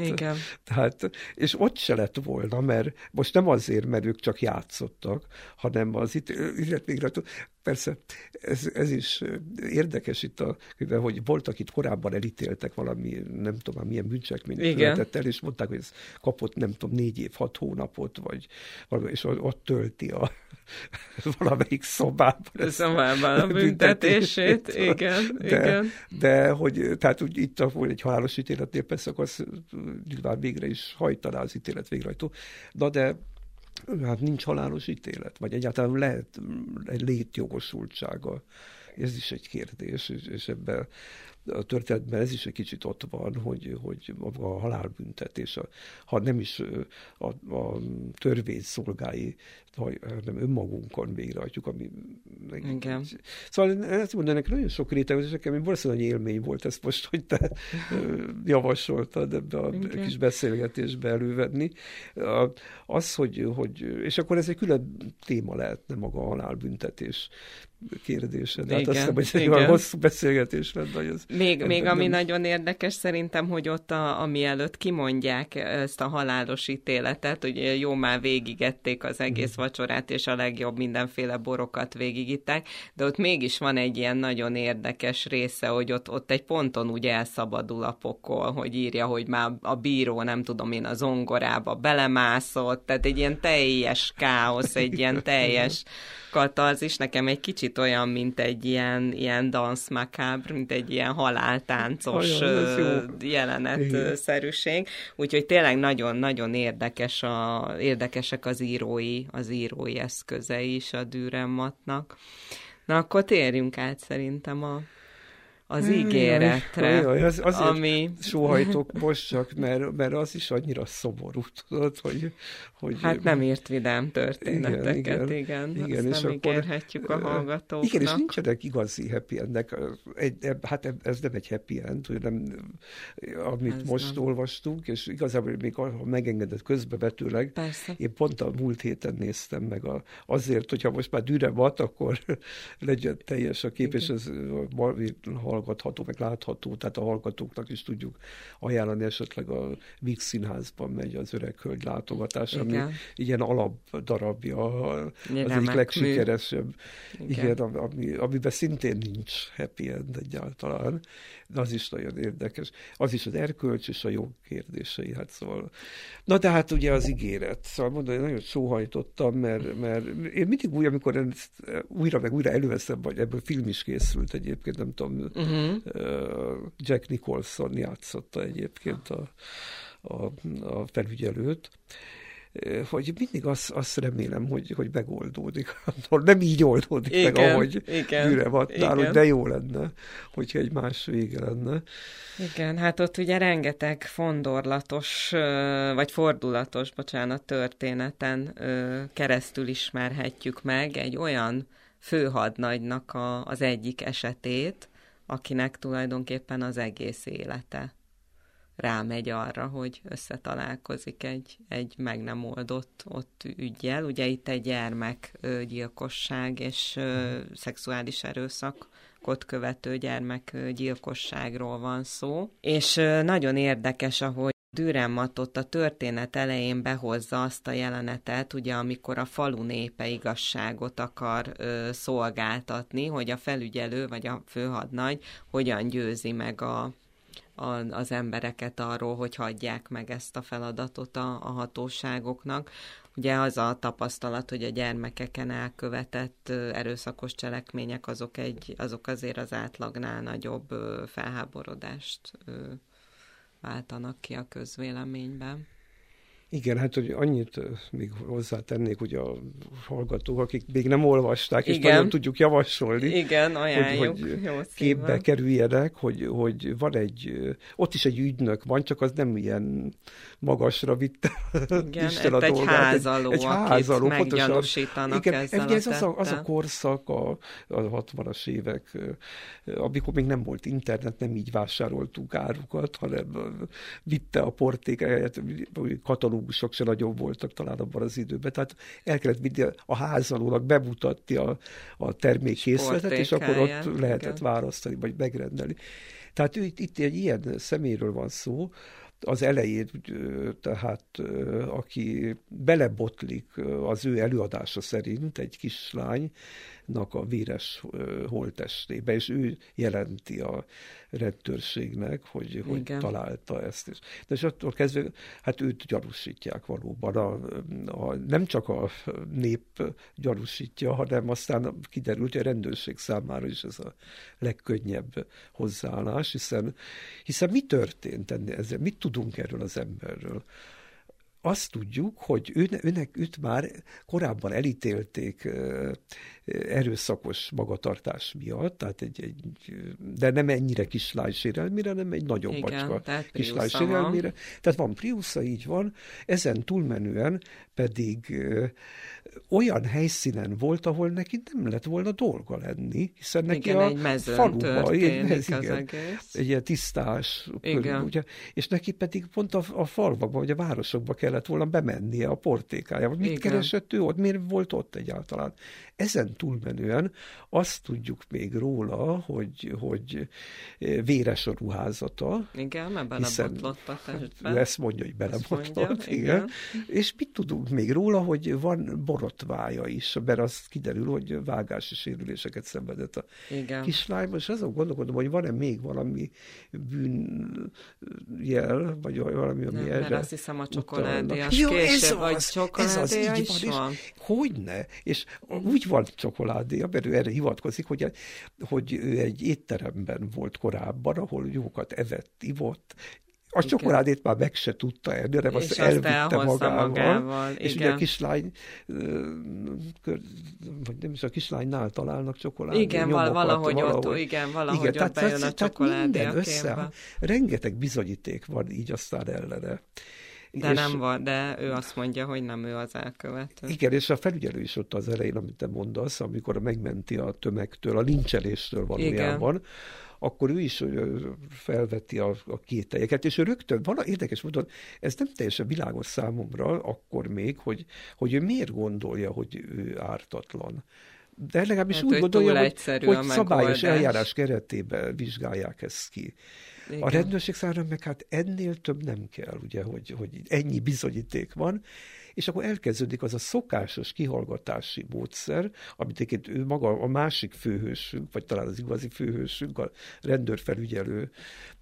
Tehát, és ott se lett volna, mert most nem azért, mert ők csak játszottak, hanem az ítélet persze ez is érdekes itt hogy voltak itt korábban elítéltek valami, nem tudom, milyen bűncselekményt követett el, és mondták, hogy ez kapott, nem tudom, 4 év, 6 hónapot, vagy valami, és ott tölti valamelyik szobában a büntetését. Igen. De hogy, tehát úgy itt volt egy halálos ítéletnél, persze akkor nyilván végre is hajtaná az ítélet végrehajtó. De hát nincs halálos ítélet, vagy egyáltalán lehet egy létjogosultsága. Ez is egy kérdés, és ebben a történetben ez is egy kicsit ott van, hogy a halálbüntetés, ha nem is a törvény szolgái, hanem önmagunkon végrehajtjuk, ami... Igen. Szóval ezt mondom, nekem nagyon sok réteg, nekem valószínűleg nagy élmény volt ezt most, hogy te javasoltad ebbe a kis beszélgetésbe elővenni. Az, hogy és akkor ez egy külön téma lehetne maga a halálbüntetés kérdése. De hát azt hiszem, hogy egy olyan hosszú beszélgetés lenne, hogy ez... Még ami nagyon érdekes szerintem, hogy ott ami előtt kimondják ezt a halálos ítéletet, hogy jó, már végigették az egész vacsorát, és a legjobb mindenféle borokat végigitták, de ott mégis van egy ilyen nagyon érdekes része, hogy ott egy ponton úgy elszabadul a pokol, hogy írja, hogy már a bíró, nem tudom én, a zongorába belemászott, tehát egy ilyen teljes káosz, egy ilyen teljes katarzis, nekem egy kicsit olyan, mint egy ilyen dance macabre, mint egy ilyen haláltáncos jelenetszerűség. Úgyhogy tényleg nagyon-nagyon érdekesek az írói eszközei is a Dürrenmattnak. Na, akkor térjünk át szerintem az ígéretre, azért sóhajtok most csak, mert az is annyira szomorú, tudod, hogy hát nem írt vidám történeteket, igen. Azt nem ígérhetjük a hallgatóknak. Igen, és nincsenek igazi happy endnek. Hát ez nem egy happy end, hogy nem, amit ez most nem olvastunk, és igazából még ha megengedett közbevetőleg, persze. Én pont a múlt héten néztem meg azért, hogyha most már Dürrenmatt, akkor legyen teljes a kép, igen. És ez hallgatható, meg látható, tehát a hallgatóknak is tudjuk ajánlani, esetleg a Víg Színházban megy az Öreg Hölgy látogatás, ami ilyen alapdarabja, az egyik legsikeresebb, igen, amiben szintén nincs happy end egyáltalán, de az is nagyon érdekes. Az is az erkölcs és a jog kérdései, hát szóval. Na de hát ugye az ígéret, szóval mondom, én nagyon sóhajtottam, mert én mindig úgy, amikor újra meg újra előveszem, vagy ebből film is készült egyébként, nem tudom, Jack Nicholson játszotta egyébként a felügyelőt, hogy mindig azt remélem, hogy megoldódik. Nem így oldódik meg, ahogy Dürrenmattnál, hogy de jó lenne, hogyha egy más vége lenne. Igen, hát ott ugye rengeteg fordulatos történeten keresztül ismerhetjük meg egy olyan főhadnagynak az egyik esetét, akinek tulajdonképpen az egész élete rámegy arra, hogy összetalálkozik egy meg nem oldott ott üggyel. Ugye itt egy gyermekgyilkosság és szexuális erőszakot követő gyermekgyilkosságról van szó. És nagyon érdekes, ahogy Dürrenmatt ott a történet elején behozza azt a jelenetet, ugye amikor a falu népe igazságot akar szolgáltatni, hogy a felügyelő vagy a főhadnagy hogyan győzi meg az embereket arról, hogy hagyják meg ezt a feladatot a hatóságoknak. Ugye az a tapasztalat, hogy a gyermekeken elkövetett erőszakos cselekmények azok azért az átlagnál nagyobb felháborodást váltanak ki a közvéleményben. Igen, hát hogy annyit még hozzátennék, hogy a hallgatók, akik még nem olvasták, és nagyon tudjuk javasolni, igen, ajánljuk, hogy képbe kerüljenek, hogy van ott is egy ügynök van, csak az nem ilyen magasra vitte Isten a dolgát. Egy házaló, akit meggyanúsítanak ezzel a tettel. Az a korszak, a 60-as évek, amikor még nem volt internet, nem így vásároltunk árukat, hanem vitte a portékáját, katalógusok se nagyon voltak talán abban az időben. Tehát el kellett vinni a házalónak bemutatni a termékkészletet, és akkor ott lehetett választani, vagy megrendelni. Tehát itt egy ilyen személyről van szó, az elején, tehát aki belebotlik az ő előadása szerint egy kislánynak a véres holttestébe, és ő jelenti a rendőrségnek, hogy találta ezt. De és attól kezdve, hát őt gyanúsítják valóban. Nem csak a nép gyanúsítja, hanem aztán kiderült, hogy a rendőrség számára is ez a legkönnyebb hozzáállás, hiszen mi történt ezzel? Mit tudunk erről az emberről? Azt tudjuk, hogy őt már korábban elítélték erőszakos magatartás miatt, tehát de nem ennyire kislány sérelmére, hanem egy nagyobb bacska kislány sérelmére. Tehát van Priusza, így van, ezen túlmenően pedig olyan helyszínen volt, ahol neki nem lett volna dolga lenni, hiszen neki a faluba, egy ilyen tisztás körül, ugye, és neki pedig pont a falvakba, vagy a városokba kellett volna bemennie a portékájába. Mit keresett ő ott? Miért volt ott egyáltalán? Ezen túlmenően azt tudjuk még róla, hogy véres a ruházata. Igen, mert belebotlott a testben. Ő ezt mondja, hogy belebotlott. Igen. És mit tudunk még róla, hogy van borotvája is, mert az kiderül, hogy vágási sérüléseket szenvedett a kislány. Most azon gondolkodom, hogy van-e még valami bűnjel, vagy valami, ami erre... Mert azt hiszem a csokoládéjas késő, vagy csokoládéja is van. Hogyne? És úgy van csokoládéja, mert ő erre hivatkozik, hogy ő egy étteremben volt korábban, ahol jókat evett, ivott, a csokoládét már meg se tudta enni, hanem azt elvitte magával. És ugye a kislány, vagy nem is a kislánynál találnak csokoládé. Igen, valahogy ott bejön a csokoládé a képbe. Rengeteg bizonyíték van így aztán ellene. De nem van, de ő azt mondja, hogy nem ő az elkövető. Igen, és a felügyelő is ott az elején, amit te mondasz, amikor megmenti a tömegtől, a lincseléstől valójában, akkor ő is felveti a kételyeket, és ő rögtön, érdekes módon, ez nem teljesen világos számomra akkor még, hogy ő miért gondolja, hogy ő ártatlan. De legalábbis úgy gondolja, hogy szabályos eljárás keretében vizsgálják ezt ki. Igen. A rendőrség számára meg hát ennél több nem kell, ugye, hogy ennyi bizonyíték van, és akkor elkezdődik az a szokásos kihallgatási módszer, amit egyébként ő maga a másik főhősünk, vagy talán az igazi főhősünk, a rendőrfelügyelőnek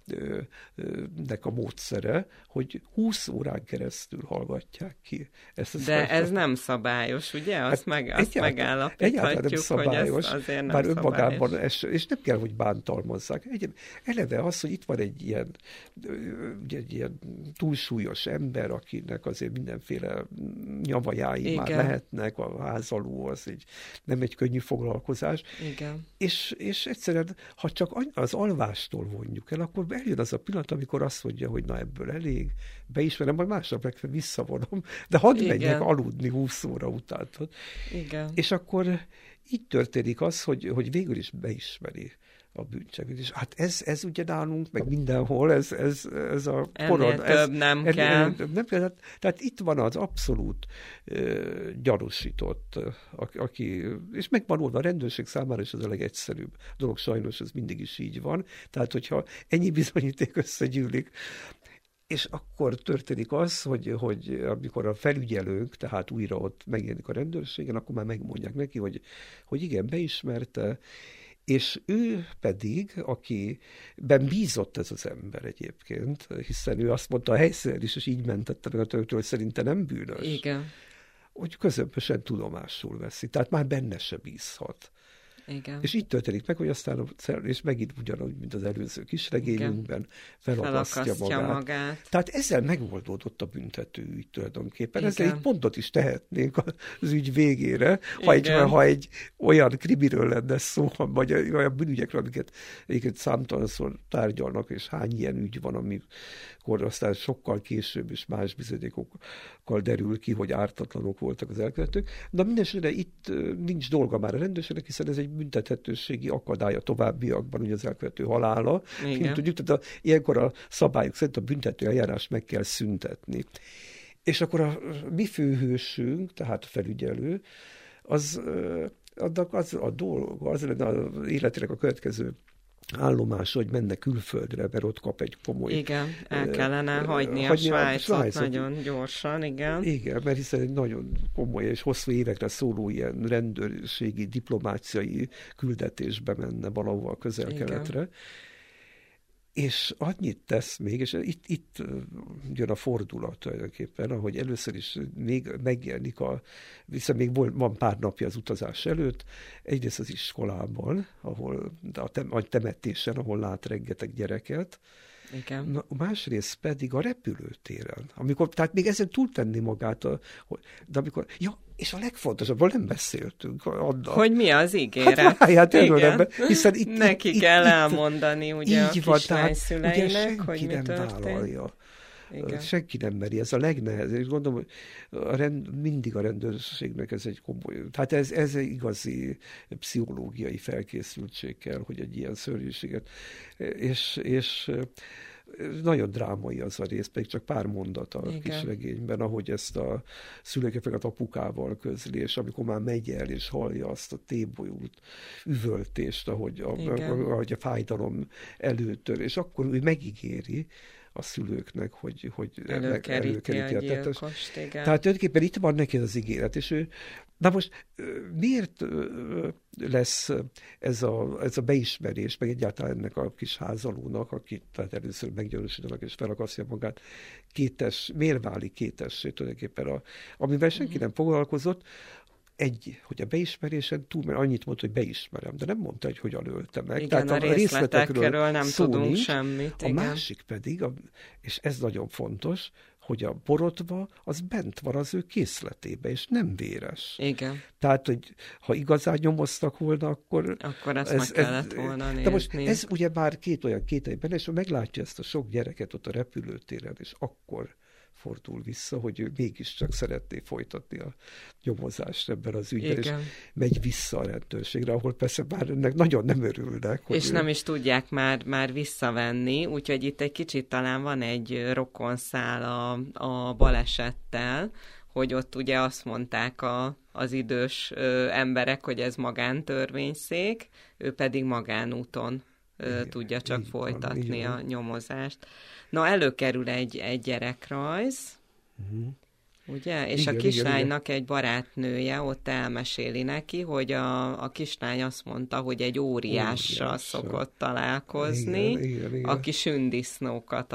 a módszere, hogy 20 órán keresztül hallgatják ki. De ez nem szabályos, ugye? Azt megállapíthatjuk, hogy ez azért nem bár szabályos. Önmagában és nem kell, hogy bántalmazzák. Eleve az, hogy itt van egy ilyen túlsúlyos ember, akinek azért mindenféle nyavajái már lehetnek, a házaló az nem egy könnyű foglalkozás. Igen. És egyszerűen, ha csak az alvástól vonjuk el, akkor eljön az a pillanat, amikor azt mondja, hogy na ebből elég, beismerem, majd másnap legfeljebb visszavonom, de hadd menjek aludni 20 óra után. Igen. És akkor így történik az, hogy végül is beismeri a bűncselekményt. Hát ez ugye nálunk, meg mindenhol, ez a koron. Több nem kell. Tehát itt van az abszolút gyanúsított, aki, és megvan oldva a rendőrség számára is az a legegyszerűbb dolog, sajnos ez mindig is így van. Tehát, hogyha ennyi bizonyíték összegyűlik, és akkor történik az, hogy amikor a felügyelők, tehát újra ott megjelenik a rendőrségen, akkor már megmondják neki, hogy igen, beismerte, és ő pedig, akiben bízott ez az ember egyébként, hiszen ő azt mondta a helyszínen is, és így mentette meg a töröktől, hogy szerinte nem bűnös. Igen. Hogy közömbösen tudomásul veszi. Tehát már benne se bízhat. Igen. És így történik meg, hogy aztán és megint ugyanúgy, mint az előző kisregényünkben, felakasztja magát. Tehát ezzel megoldódott a büntetőügy tulajdonképpen. Igen. Ezzel egy pontot is tehetnénk az ügy végére, ha egy olyan krimiről lenne szó, vagy olyan bűnügyekről, amiket számtalanszor tárgyalnak, és hány ilyen ügy van, amikor aztán sokkal később is más bizonyítékokkal derül ki, hogy ártatlanok voltak az elkövetők. De mindenesetre itt nincs dolga már a rendőrségnek, hiszen ez egy büntethetőségi akadály a továbbiakban, ugye az elkövető halála. Mint tudjuk, tehát ilyenkor a szabályok szerint a büntető eljárást meg kell szüntetni. És akkor a mi főhősünk, tehát a felügyelő, az a dolga, az lenne az életének a következő állomás, hogy menne külföldre, mert ott kap egy komoly... Igen, el kellene hagyni a Svájcot nagyon gyorsan, igen. Igen, mert hiszen egy nagyon komoly és hosszú évekre szóló ilyen rendőrségi, diplomáciai küldetésbe menne valahova a Közel-Keletre. És annyit tesz még, és itt jön a fordulat tulajdonképpen, ahogy először is még megjelenik, hiszen még van pár napja az utazás előtt, egyrészt az iskolában, ahol a temetésen, ahol lát rengeteg gyereket, igen. Másrészt pedig a repülőtéren, tehát még ezen túltenni magát, de amikor, és a legfontosabbról nem beszéltünk. Hogy mi az ígéret? Hát igen. Hiszen neki kell elmondani ugye a kislány szüleinek, hogy mi történt. Vállalja. Igen. Senki nem meri, ez a legnehezebb. És gondolom, hogy mindig a rendőrségnek ez egy komoly... Tehát ez egy igazi pszichológiai felkészültség kell, hogy egy ilyen szörnyűséget... És nagyon drámai az a rész, pedig csak pár mondat a kisregényben, ahogy ezt a szülőket apukával közli, és amikor már megy el, és hallja azt a tébolyult üvöltést, ahogy a fájdalom előtör, és akkor ő megígéri a szülőknek, hogy előkeríti a gyilkost. Tehát tulajdonképpen itt van neki az ígéret, és ő... Na most miért lesz ez a beismerés, meg egyáltalán ennek a kis házalónak, akit tehát először meggyanúsítanak és felakasztja magát, miért válik kétessé tulajdonképpen, amivel senki nem foglalkozott, hogy a beismerésen túl, mert annyit mondta, hogy beismerem, de nem mondta, hogy hogyan ölte meg. Igen, tehát a részletekről nem tudunk semmit. A másik pedig, és ez nagyon fontos, hogy a borotva az bent van az ő készletébe, és nem véres. Igen. Tehát, hogy ha igazán nyomoztak volna, akkor ezt meg kellett volna nézni. De most ez ugye már két olyan kételyben, és meglátja ezt a sok gyereket ott a repülőtéren, és akkor fordul vissza, hogy ő mégiscsak szeretné folytatni a nyomozást ebben az ügyben, és megy vissza a rendőrségre, ahol persze már ennek nagyon nem örülnek. És nem is tudják már visszavenni, úgyhogy itt egy kicsit talán van egy rokonszál a balesettel, hogy ott ugye azt mondták az idős emberek, hogy ez magántörvényszék, ő pedig magánúton tudja csak folytatni a nyomozást. Na, előkerül egy gyerekrajz, ugye? És a kislánynak egy barátnője ott elmeséli neki, hogy a kislány azt mondta, hogy egy óriással szokott találkozni, igen. Aki sündisznókat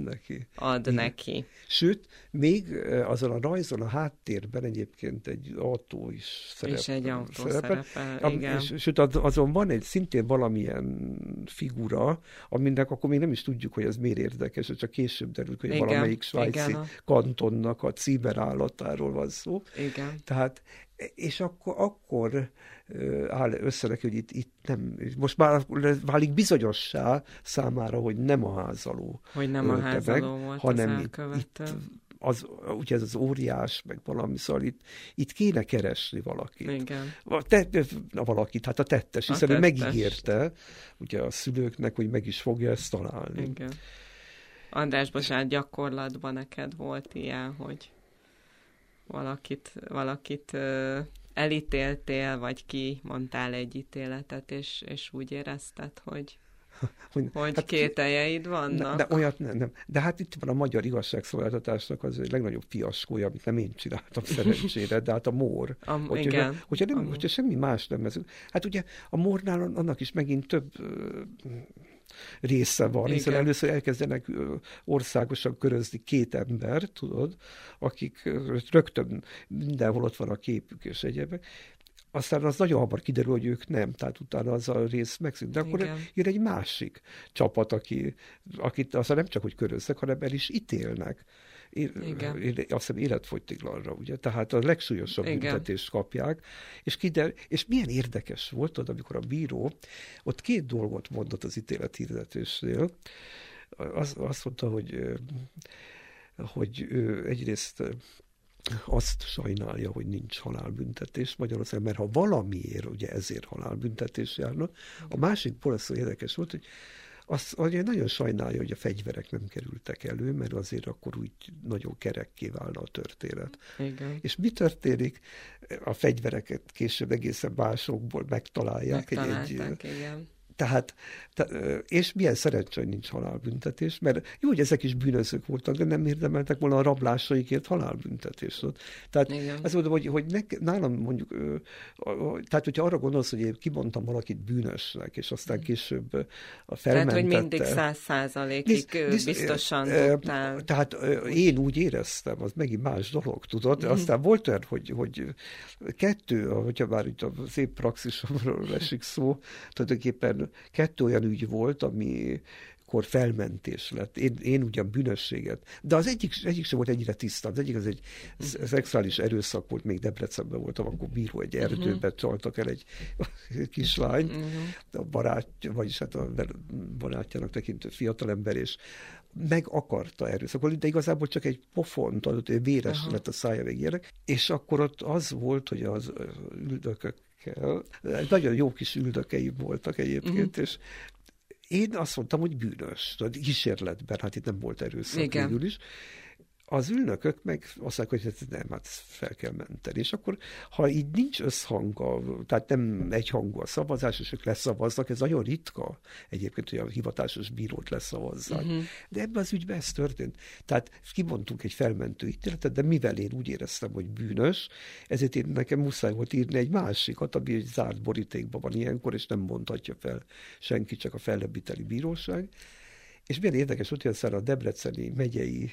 ad neki. Sőt, még azon a rajzon a háttérben egyébként egy autó is szerepel. És egy autó szerepel, igen. Sőt, azon van szintén valamilyen figura, aminek akkor még nem is tudjuk, hogy ez miért érdekes, csak később derül, hogy valamelyik svájci kantonnak a címerállatáról van szó. Igen. Tehát, és akkor áll össze neki, hogy itt nem, most már válik bizonyossá számára, hogy nem a házaló. Hogy nem a házaló volt hanem az elkövető. Ugye ez az óriás, meg valami, szóval itt kéne keresni valakit. Igen. Valakit, hát a tettes, hiszen ő megígérte ugye a szülőknek, hogy meg is fogja ezt találni. Igen. András, bocsánat, gyakorlatban neked volt ilyen, hogy valakit elítéltél, vagy kimondtál egy ítéletet, és úgy érezted, hogy kételjeid vannak? De olyat nem. De hát itt van a magyar igazságszolgáltatásnak az egy legnagyobb fiaskója, amit nem én csináltam szerencsére, de hát a MOR. Hogyha semmi más nem ez. Hát ugye a MOR-nál annak is megint több része van, hiszen először elkezdenek országosan körözni két ember, tudod, akik rögtön mindenhol ott van a képük és egyébek. aztán az nagyon hamar kiderül, hogy ők nem, tehát utána az a rész megszűnt. De akkor jön egy másik csapat, akit aztán nem csak, hogy köröznek, hanem el is ítélnek. Azt hiszem életfogytiglanra, ugye? Tehát a legsúlyosabb büntetést kapják, és milyen érdekes volt ott, amikor a bíró ott 2 dolgot mondott az ítélethirdetésnél. Azt mondta, hogy ő egyrészt azt sajnálja, hogy nincs halálbüntetés Magyarországon, mert ha valamiért, ugye ezért halálbüntetés járna, a másik borzasztó érdekes volt, hogy azt nagyon sajnálja, hogy a fegyverek nem kerültek elő, mert azért akkor úgy nagyon kerekké válna a történet. Igen. És mi történik? A fegyvereket később egészen másokból megtalálják. Igen. Tehát, és milyen szerencsé, hogy nincs halálbüntetés, mert jó, hogy ezek is bűnözők voltak, de nem érdemeltek volna a rablásaikért halálbüntetést. Tehát azt mondom, hogy nálam mondjuk, tehát hogyha arra gondolsz, hogy én kimondtam valakit bűnösnek, és aztán később felmentette. Tehát, hogy mindig 100%-ig biztosan tudtál. Tehát én úgy éreztem, az megint más dolog, tudod? Aztán volt olyan, hogy 2, hogyha már itt az én praxisomról esik szó, tulajdonképpen 2 olyan ügy volt, amikor felmentés lett. Én ugyan bűnösséget. De az egyik sem volt ennyire tiszta. Az egyik az egy szexuális erőszak volt, még Debrecenben voltam, akkor bíró egy erdőbe csaltak el egy kislányt, a barátja, vagyis hát a barátjának tekintő fiatalember, és meg akarta erőszakolni, de igazából csak egy pofont adott, hogy véres lett a szája végének, és akkor ott az volt, hogy az üldökök nagyon jó kis üldökeim voltak egyébként, és én azt mondtam, hogy bűnös. Kísérletben, hát itt nem volt erőszak végül is. Az ülnökök meg azt mondják, hogy nem, hát fel kell menteni. És akkor, ha így nincs összhang, tehát nem egyhangú a szavazás, és ők leszavaznak, ez nagyon ritka egyébként, hogy a hivatásos bírót leszavazzák. De ebben az ügyben ez történt. Tehát kimondtunk egy felmentő ítéletet, de mivel én úgy éreztem, hogy bűnös, ezért nekem muszáj volt írni egy másikat, ami egy zárt borítékban van ilyenkor, és nem mondhatja fel senki, csak a fellebbviteli bíróság. És milyen érdekes, hogy aztán a debreceni megyei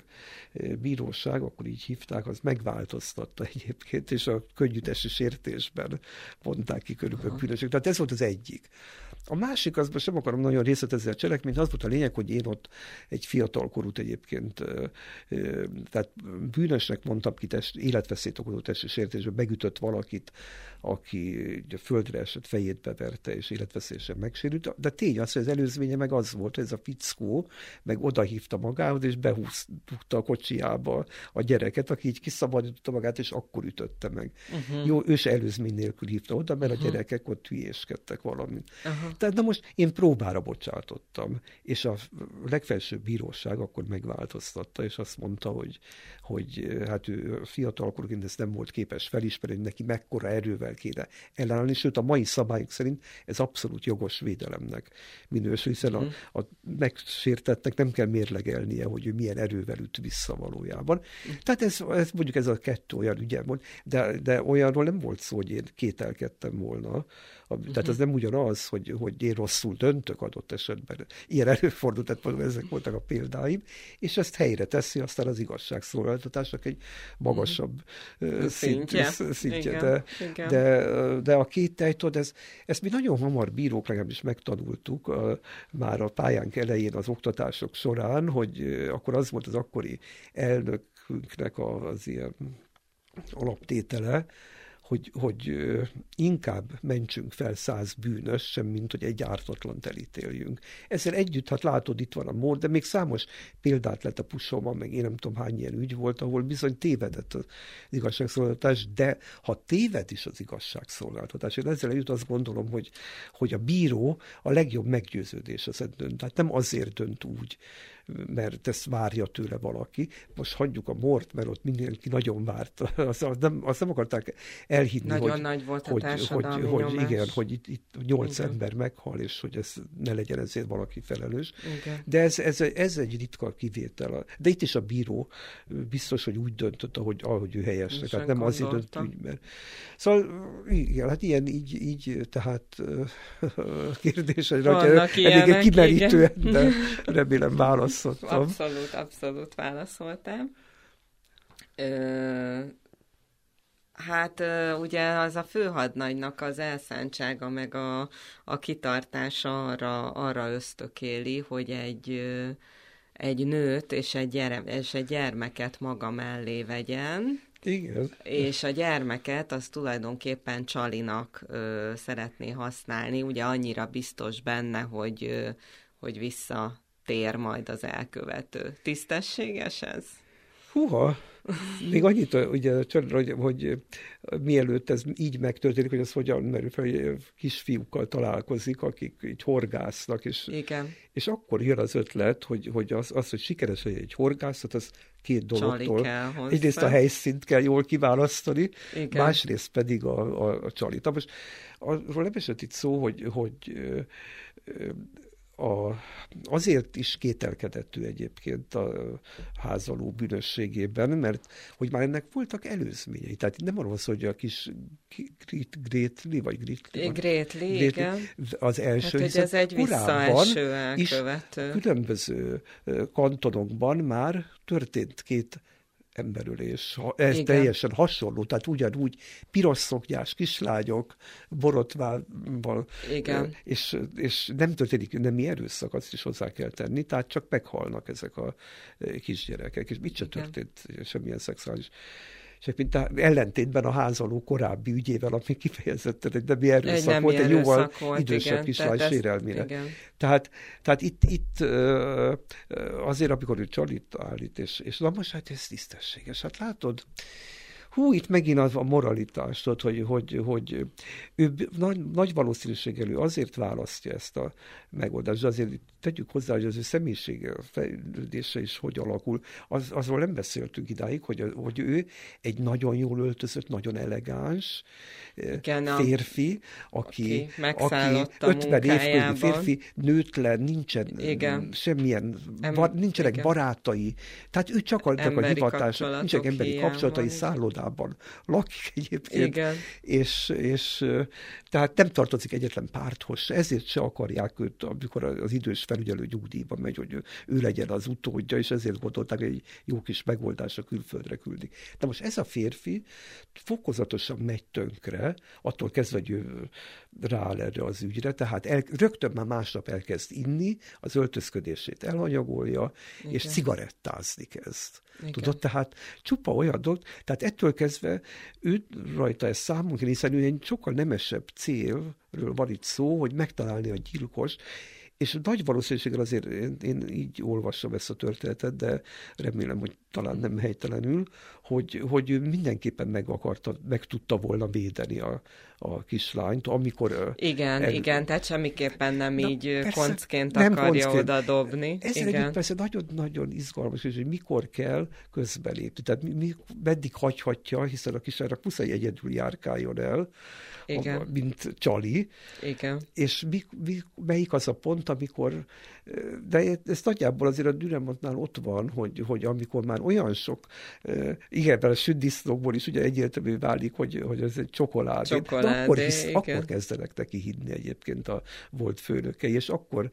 bíróság, akkor így hívták, az megváltoztatta egyébként, és a könnyűtesi sértésben mondták ki körülbelül bűnösök. Tehát ez volt az egyik. A másik, az most nem akarom nagyon részletezni a cselekményt, az volt a lényeg, hogy én ott egy fiatalkorút egyébként, tehát bűnösnek mondtam ki életveszélyt okozó testi sértésben, megütött valakit, aki a földre esett, fejét beverte, és életveszélyesen megsérült. De tény az, hogy az előzménye meg az volt, hogy ez a fickó meg odahívta magához, és behúzta a kocsiába a gyereket, aki így kiszabadította magát, és akkor ütötte meg. Jó, ő se előzmény nélkül hívta oda, mert a gyerekek ott hülyéskedtek valamit. Tehát na most én próbára bocsátottam, és a legfelsőbb bíróság akkor megváltoztatta, és azt mondta, hogy hát ő fiatalkorúként ezt nem volt képes felismerni, hogy neki mekkora erővel kéne ellenállni, sőt a mai szabályok szerint ez abszolút jogos védelemnek minősül, hiszen a megsértettek nem kell mérlegelnie, hogy ő milyen erővel üt vissza valójában. Tehát ez mondjuk ez a 2 olyan ügyem volt, de olyanról nem volt szó, hogy én kételkedtem volna. Tehát az nem ugyanaz, hogy én rosszul döntök adott esetben. Ilyen előfordult, tehát ezek voltak a példáim, és ezt helyre teszi aztán az igazságszolgáltatásnak egy magasabb szintje. De a kételytod, ezt mi nagyon hamar bírók legalábbis megtanultuk már a pályánk elején az oktatások során, hogy akkor az volt az akkori elnökünknek az ilyen alaptétele, hogy inkább mentsünk fel 100 bűnös, sem mint hogy egy ártatlant elítéljünk. Ezzel együtt, hát látod, itt van a mód, de még számos példát lett a pusomban, meg én nem tudom hány ilyen ügy volt, ahol bizony tévedett az igazságszolgáltatás, de ha téved is az igazságszolgáltatás, én ezzel együtt azt gondolom, hogy a bíró a legjobb meggyőződés az dönt. Tehát nem azért dönt úgy, mert ezt várja tőle valaki. Most hagyjuk a mort, mert ott mindenki nagyon várt. Azt nem akarták elhinni, nagyon nagy volt a társadalmi nyomás. Igen, hogy itt 8 ember meghal, és hogy ez ne legyen ezért valaki felelős. Igen. De ez egy ritka kivétel. De itt is a bíró biztos, hogy úgy döntött, ahogy ő helyesnek. Tehát nem azért döntött úgy, mert... Szóval igen, hát ilyen így tehát kérdésre, hogy elég kimerítően, de remélem válaszoltam. Abszolút válaszoltam. Hát ugye az a főhadnagynak az elszántsága, meg a kitartása arra ösztökéli, hogy egy nőt és egy gyermeket maga mellé vegyen. Igen. És a gyermeket az tulajdonképpen Csalinak szeretné használni, ugye annyira biztos benne, hogy visszatér majd az elkövető. Tisztességes ez? Húha! Még annyit, ugye, hogy mielőtt ez így megtörténik, hogy az hogyan merül fel, hogy kisfiúkkal találkozik, akik így horgásznak, és akkor jön az ötlet, hogy hogy sikeres egy horgászat, az két dologtól. Egyrészt a helyszínt kell jól kiválasztani, igen. Másrészt pedig a csalit. Most arról nem esett itt szó, hogy azért is kételkedett ő egyébként a házaló bűnösségében, mert hogy már ennek voltak előzményei. Tehát nem arról szól, hogy a kis Grétli, igen. Az első, hát, hogy ez egy visszaeső elkövető. Különböző kantonokban már történt két emberölés. Ez igen. Teljesen hasonló, tehát ugyanúgy piros szoknyás kislányok, borotvával, és nem történik nemi erőszak, azt is hozzá kell tenni, tehát csak meghalnak ezek a kisgyerekek, és mit sem történt semmilyen szexuális. És mint ellentétben a házaló korábbi ügyével, ami kifejezetten egy nemi erőszak volt, egy jóval idősebb kislány sérelmére. Tehát itt azért, amikor ő Csalit állít, és na most hát ez tisztességes. Hát látod, itt megint az a moralitást, hogy ő nagy valószínűséggel ő azért választja ezt a megoldást, de azért tegyük hozzá, hogy az ő személyisége, fejlődése is hogy alakul. Azról nem beszéltünk idáig, hogy ő egy nagyon jól öltözött, nagyon elegáns férfi, aki 50 évközeli férfi, nőtlen, nincsen semmilyen, nincsenek barátai. Tehát ő csak a hivatás, nincsenek emberi kapcsolatai, szállodában lakik egyébként, és tehát nem tartozik egyetlen párthoz, ezért se akarják őt, amikor az idős felügyelő nyugdíjban megy, hogy ő legyen az utódja, és ezért gondolták, hogy egy jó kis megoldás a külföldre küldik. De most ez a férfi fokozatosan megy tönkre, attól kezdve, hogy ő rááll erre az ügyre, tehát rögtön már másnap elkezd inni, az öltözködését elhanyagolja, és cigarettázni kezd. Tudod, tehát csupa olyan dolog, tehát ettől kezdve ő rajta ez számunk, hiszen ő egy sokkal nemesebb célről van itt szó, hogy megtalálni a gyilkost, és nagy valószínűséggel azért én így olvasom ezt a történetet, de remélem, hogy talán nem helytelenül, hogy ő mindenképpen meg tudta volna védeni a kislányt, amikor... Igen, tehát semmiképpen nem így koncként akarja oda dobni. Ez egyébként persze nagyon-nagyon izgalmas, hogy mikor kell közbelépni. Tehát meddig hagyhatja, hiszen a kislánynak muszáj egyedül járkáljon el, mint Csali. Igen. És melyik az a pont, amikor... De ez nagyjából azért a Dürrenmattnál ott van, hogy amikor már olyan sok, igen, a sündisznókból is ugye egyértelmű válik, hogy ez egy csokoládé. Akkor kezdenek neki hinni egyébként a volt főnökei, és akkor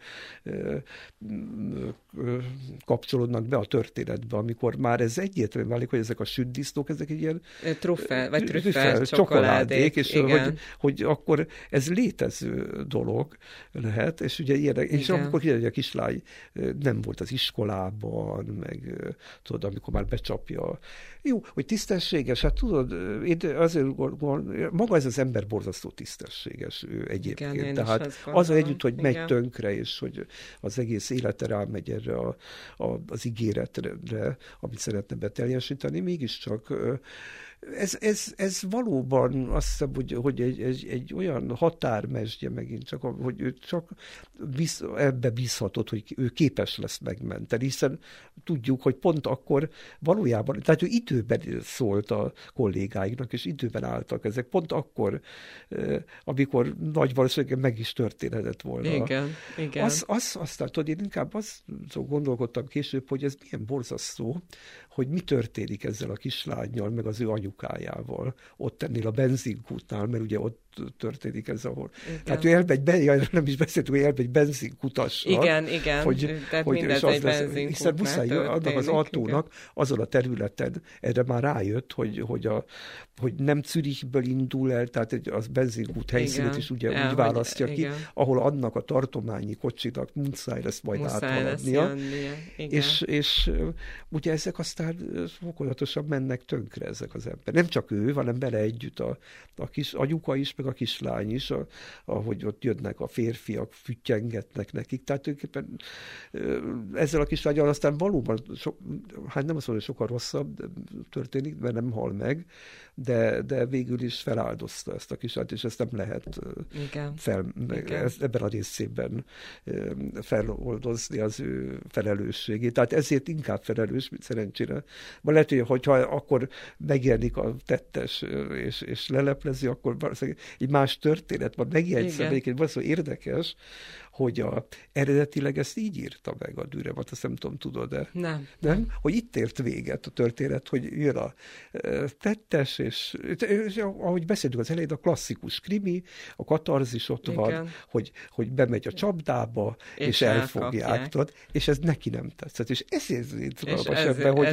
kapcsolódnak be a történetbe, amikor már ez egyértelmű válik, hogy ezek a sündisznók, ezek egy ilyen trüffel csokoládék, és hogy akkor ez létező dolog lehet, és ugye ilyenek, és amikor kiderül, hogy a kislány nem volt az iskolában, meg tudod, amikor már becsapja. Jó, hogy tisztességes, hát tudod, én azért maga ez az ember borzasztó tisztességes ő egyébként. Igen, tehát az együtt, hogy megy tönkre, és hogy az egész élete rámegy erre az ígéretre, amit szeretne beteljesíteni, mégiscsak ez valóban azt hiszem, hogy egy olyan határmesdje megint csak, hogy ő csak ebbe bízhatott, hogy ő képes lesz megmenteni, hiszen tudjuk, hogy pont akkor valójában, tehát ő időben szólt a kollégáiknak, és időben álltak ezek, pont akkor, amikor nagy valószínűleg meg is történhetett volna. Igen. Aztán tudod, én inkább azt gondolkodtam később, hogy ez milyen borzasztó, hogy mi történik ezzel a kislánnyal, meg az ő anyukájával, ott ennél a benzinkútnál, mert ugye ott történik ez, ahol. Igen. Tehát ő elmegy, nem is beszéltünk, hogy elmegy benzinkutasra. Igen, tehát mindez egy benzinkút. Hiszen muszáj annak az autónak azon a területen, erre már rájött, hogy nem Zürichből indul el, tehát az benzinkút helyszínet is ugye úgy választja ki, ahol annak a tartományi kocsinak muszáj lesz majd áthaladnia. És ugye ezek aztán fokozatosan mennek tönkre ezek az emberek. Nem csak ő, hanem vele együtt a kis anyuka is, meg a kislány is, ahogy ott jönnek a férfiak, füttyengetnek nekik. Tehát tulajdonképpen ezzel a kislányal aztán valóban, hát nem azt mondom, hogy sokkal rosszabb történik, mert nem hal meg, de végül is feláldozta ezt a kislányt, és ezt nem lehet ebben a részében feloldozni az ő felelősségét. Tehát ezért inkább felelős, mint szerencsére. Ma lehet, hogyha akkor megjelenik a tettes, és leleplezi, akkor valószínűleg egy más történet van. Megjegyzem, egyébként valószínűleg érdekes, hogy eredetileg ezt így írta meg a Dürrenmatt, azt nem tudom, tudod-e? Nem? Hogy itt ért véget a történet, hogy jön a tettes, és ahogy beszéltünk az elején, a klasszikus krimi, a katarzis ott van, hogy bemegy a csapdába, és elfogják, tudod, és ez neki nem tetszett. És ezért ebben, hogy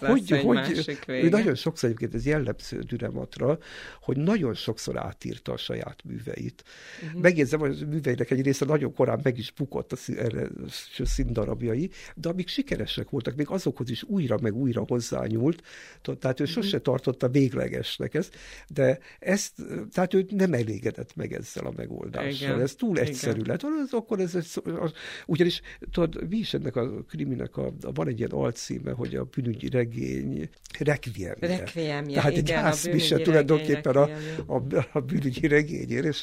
ő nagyon sokszor, egyébként ez jellemző Dürrenmattra, hogy nagyon sokszor átírta a saját műveit. Megjegyzem, hogy a műveinek egy része nagyon korán meg is bukott a színdarabjai, de amik sikeresek voltak, még azokhoz is újra meg újra hozzányúlt, tehát ő sose tartotta véglegesnek ezt, de tehát ő nem elégedett meg ezzel a megoldással. Ez túl egyszerű lett. Akkor ugyanis tudod, mi is ennek a kriminek van egy ilyen alcíme, hogy a bűnügyi regény rekviemje. Tehát egy gyászmise tulajdonképpen a bűnügyi regényért,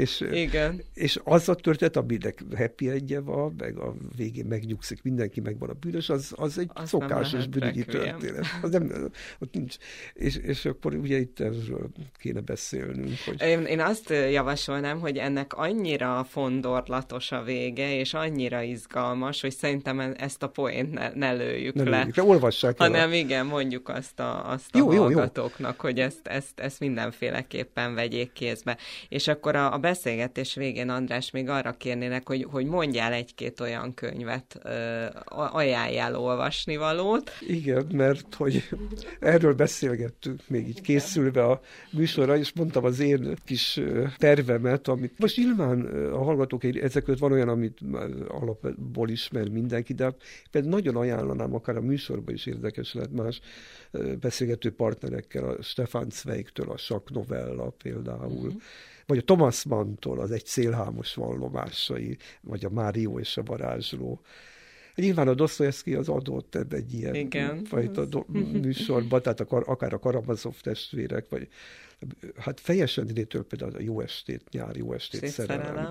és az a történet, aminek happy endje van, meg a végén megnyugszik mindenki, megvan a bűnös, az egy szokásos bűnügyi történet. Az nem, ott nincs. És akkor ugye itt erről kéne beszélnünk. Hogy... Én azt javasolnám, hogy ennek annyira fondorlatos a vége, és annyira izgalmas, hogy szerintem ezt a poént ne lőjük le. Olvassák el. Hanem igen, mondjuk azt a hallgatóknak, hogy ezt mindenféleképpen vegyék kézbe. És akkor a beszélgetés végén, András, még arra kérnének, hogy mondjál egy-két olyan könyvet, ajánljál olvasnivalót. Igen, mert hogy erről beszélgettünk még így készülve a műsorra, és mondtam az én kis tervemet, amit most nyilván a hallgatók ezek között van olyan, amit alapból ismer mindenki, de például nagyon ajánlanám, akár a műsorban is érdekes lehet más beszélgető partnerekkel, a Stefan Zweigtől a Sakk novella például, vagy a Thomas Manntól az Egy szélhámos vallomásai, vagy a Mário és a varázsló. Nyilván a Dosztojevszkij az adott egy ilyen fajta műsorban, tehát akár a Karamazov testvérek, vagy hát Fejes Endrétől például a Jó estét, nyár, jó estét, szerelem.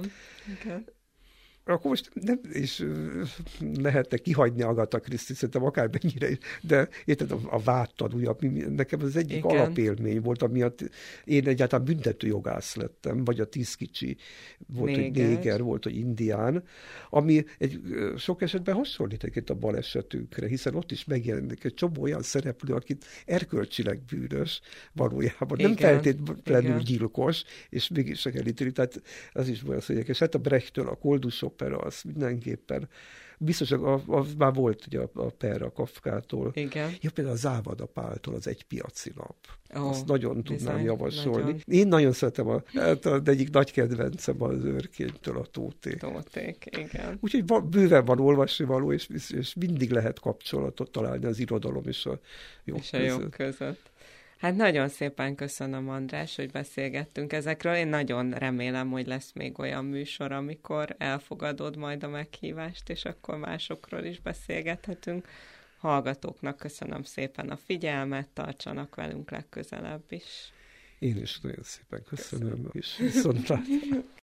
Akkor most nem is lehetne kihagyni Agatha Christie, szerintem akármennyire is, de érted, a Vádtanúja, nekem az egyik alapélmény volt, amiatt én egyáltalán büntetőjogász lettem, vagy a 10 kicsi volt, hogy néger, volt, hogy indián, ami sok esetben hasonlít egyébként a balesetünkre, hiszen ott is megjelenik egy csomó olyan szereplő, akit erkölcsileg bűnös valójában, nem feltétlenül gyilkos, és mégis elítélik, tehát az is olyan szó, és hát a Brechttől a Koldus opera, az mindenképpen biztos, már volt ugye a Per a Kafkától. Igen. Ja, például a Závada Páltól az Egy piaci nap. Azt nagyon tudnám javasolni. Nagyon. Én nagyon szeretem, az egyik nagy kedvencem az Őrkénytől a Tóték. Igen. Úgyhogy bőven van olvasnivaló, és mindig lehet kapcsolatot találni az irodalom és a jog között. Hát nagyon szépen köszönöm, András, hogy beszélgettünk ezekről. Én nagyon remélem, hogy lesz még olyan műsor, amikor elfogadod majd a meghívást, és akkor másokról is beszélgethetünk. Hallgatóknak köszönöm szépen a figyelmet, tartsanak velünk legközelebb is. Én is nagyon szépen köszönöm. És viszontlátásra.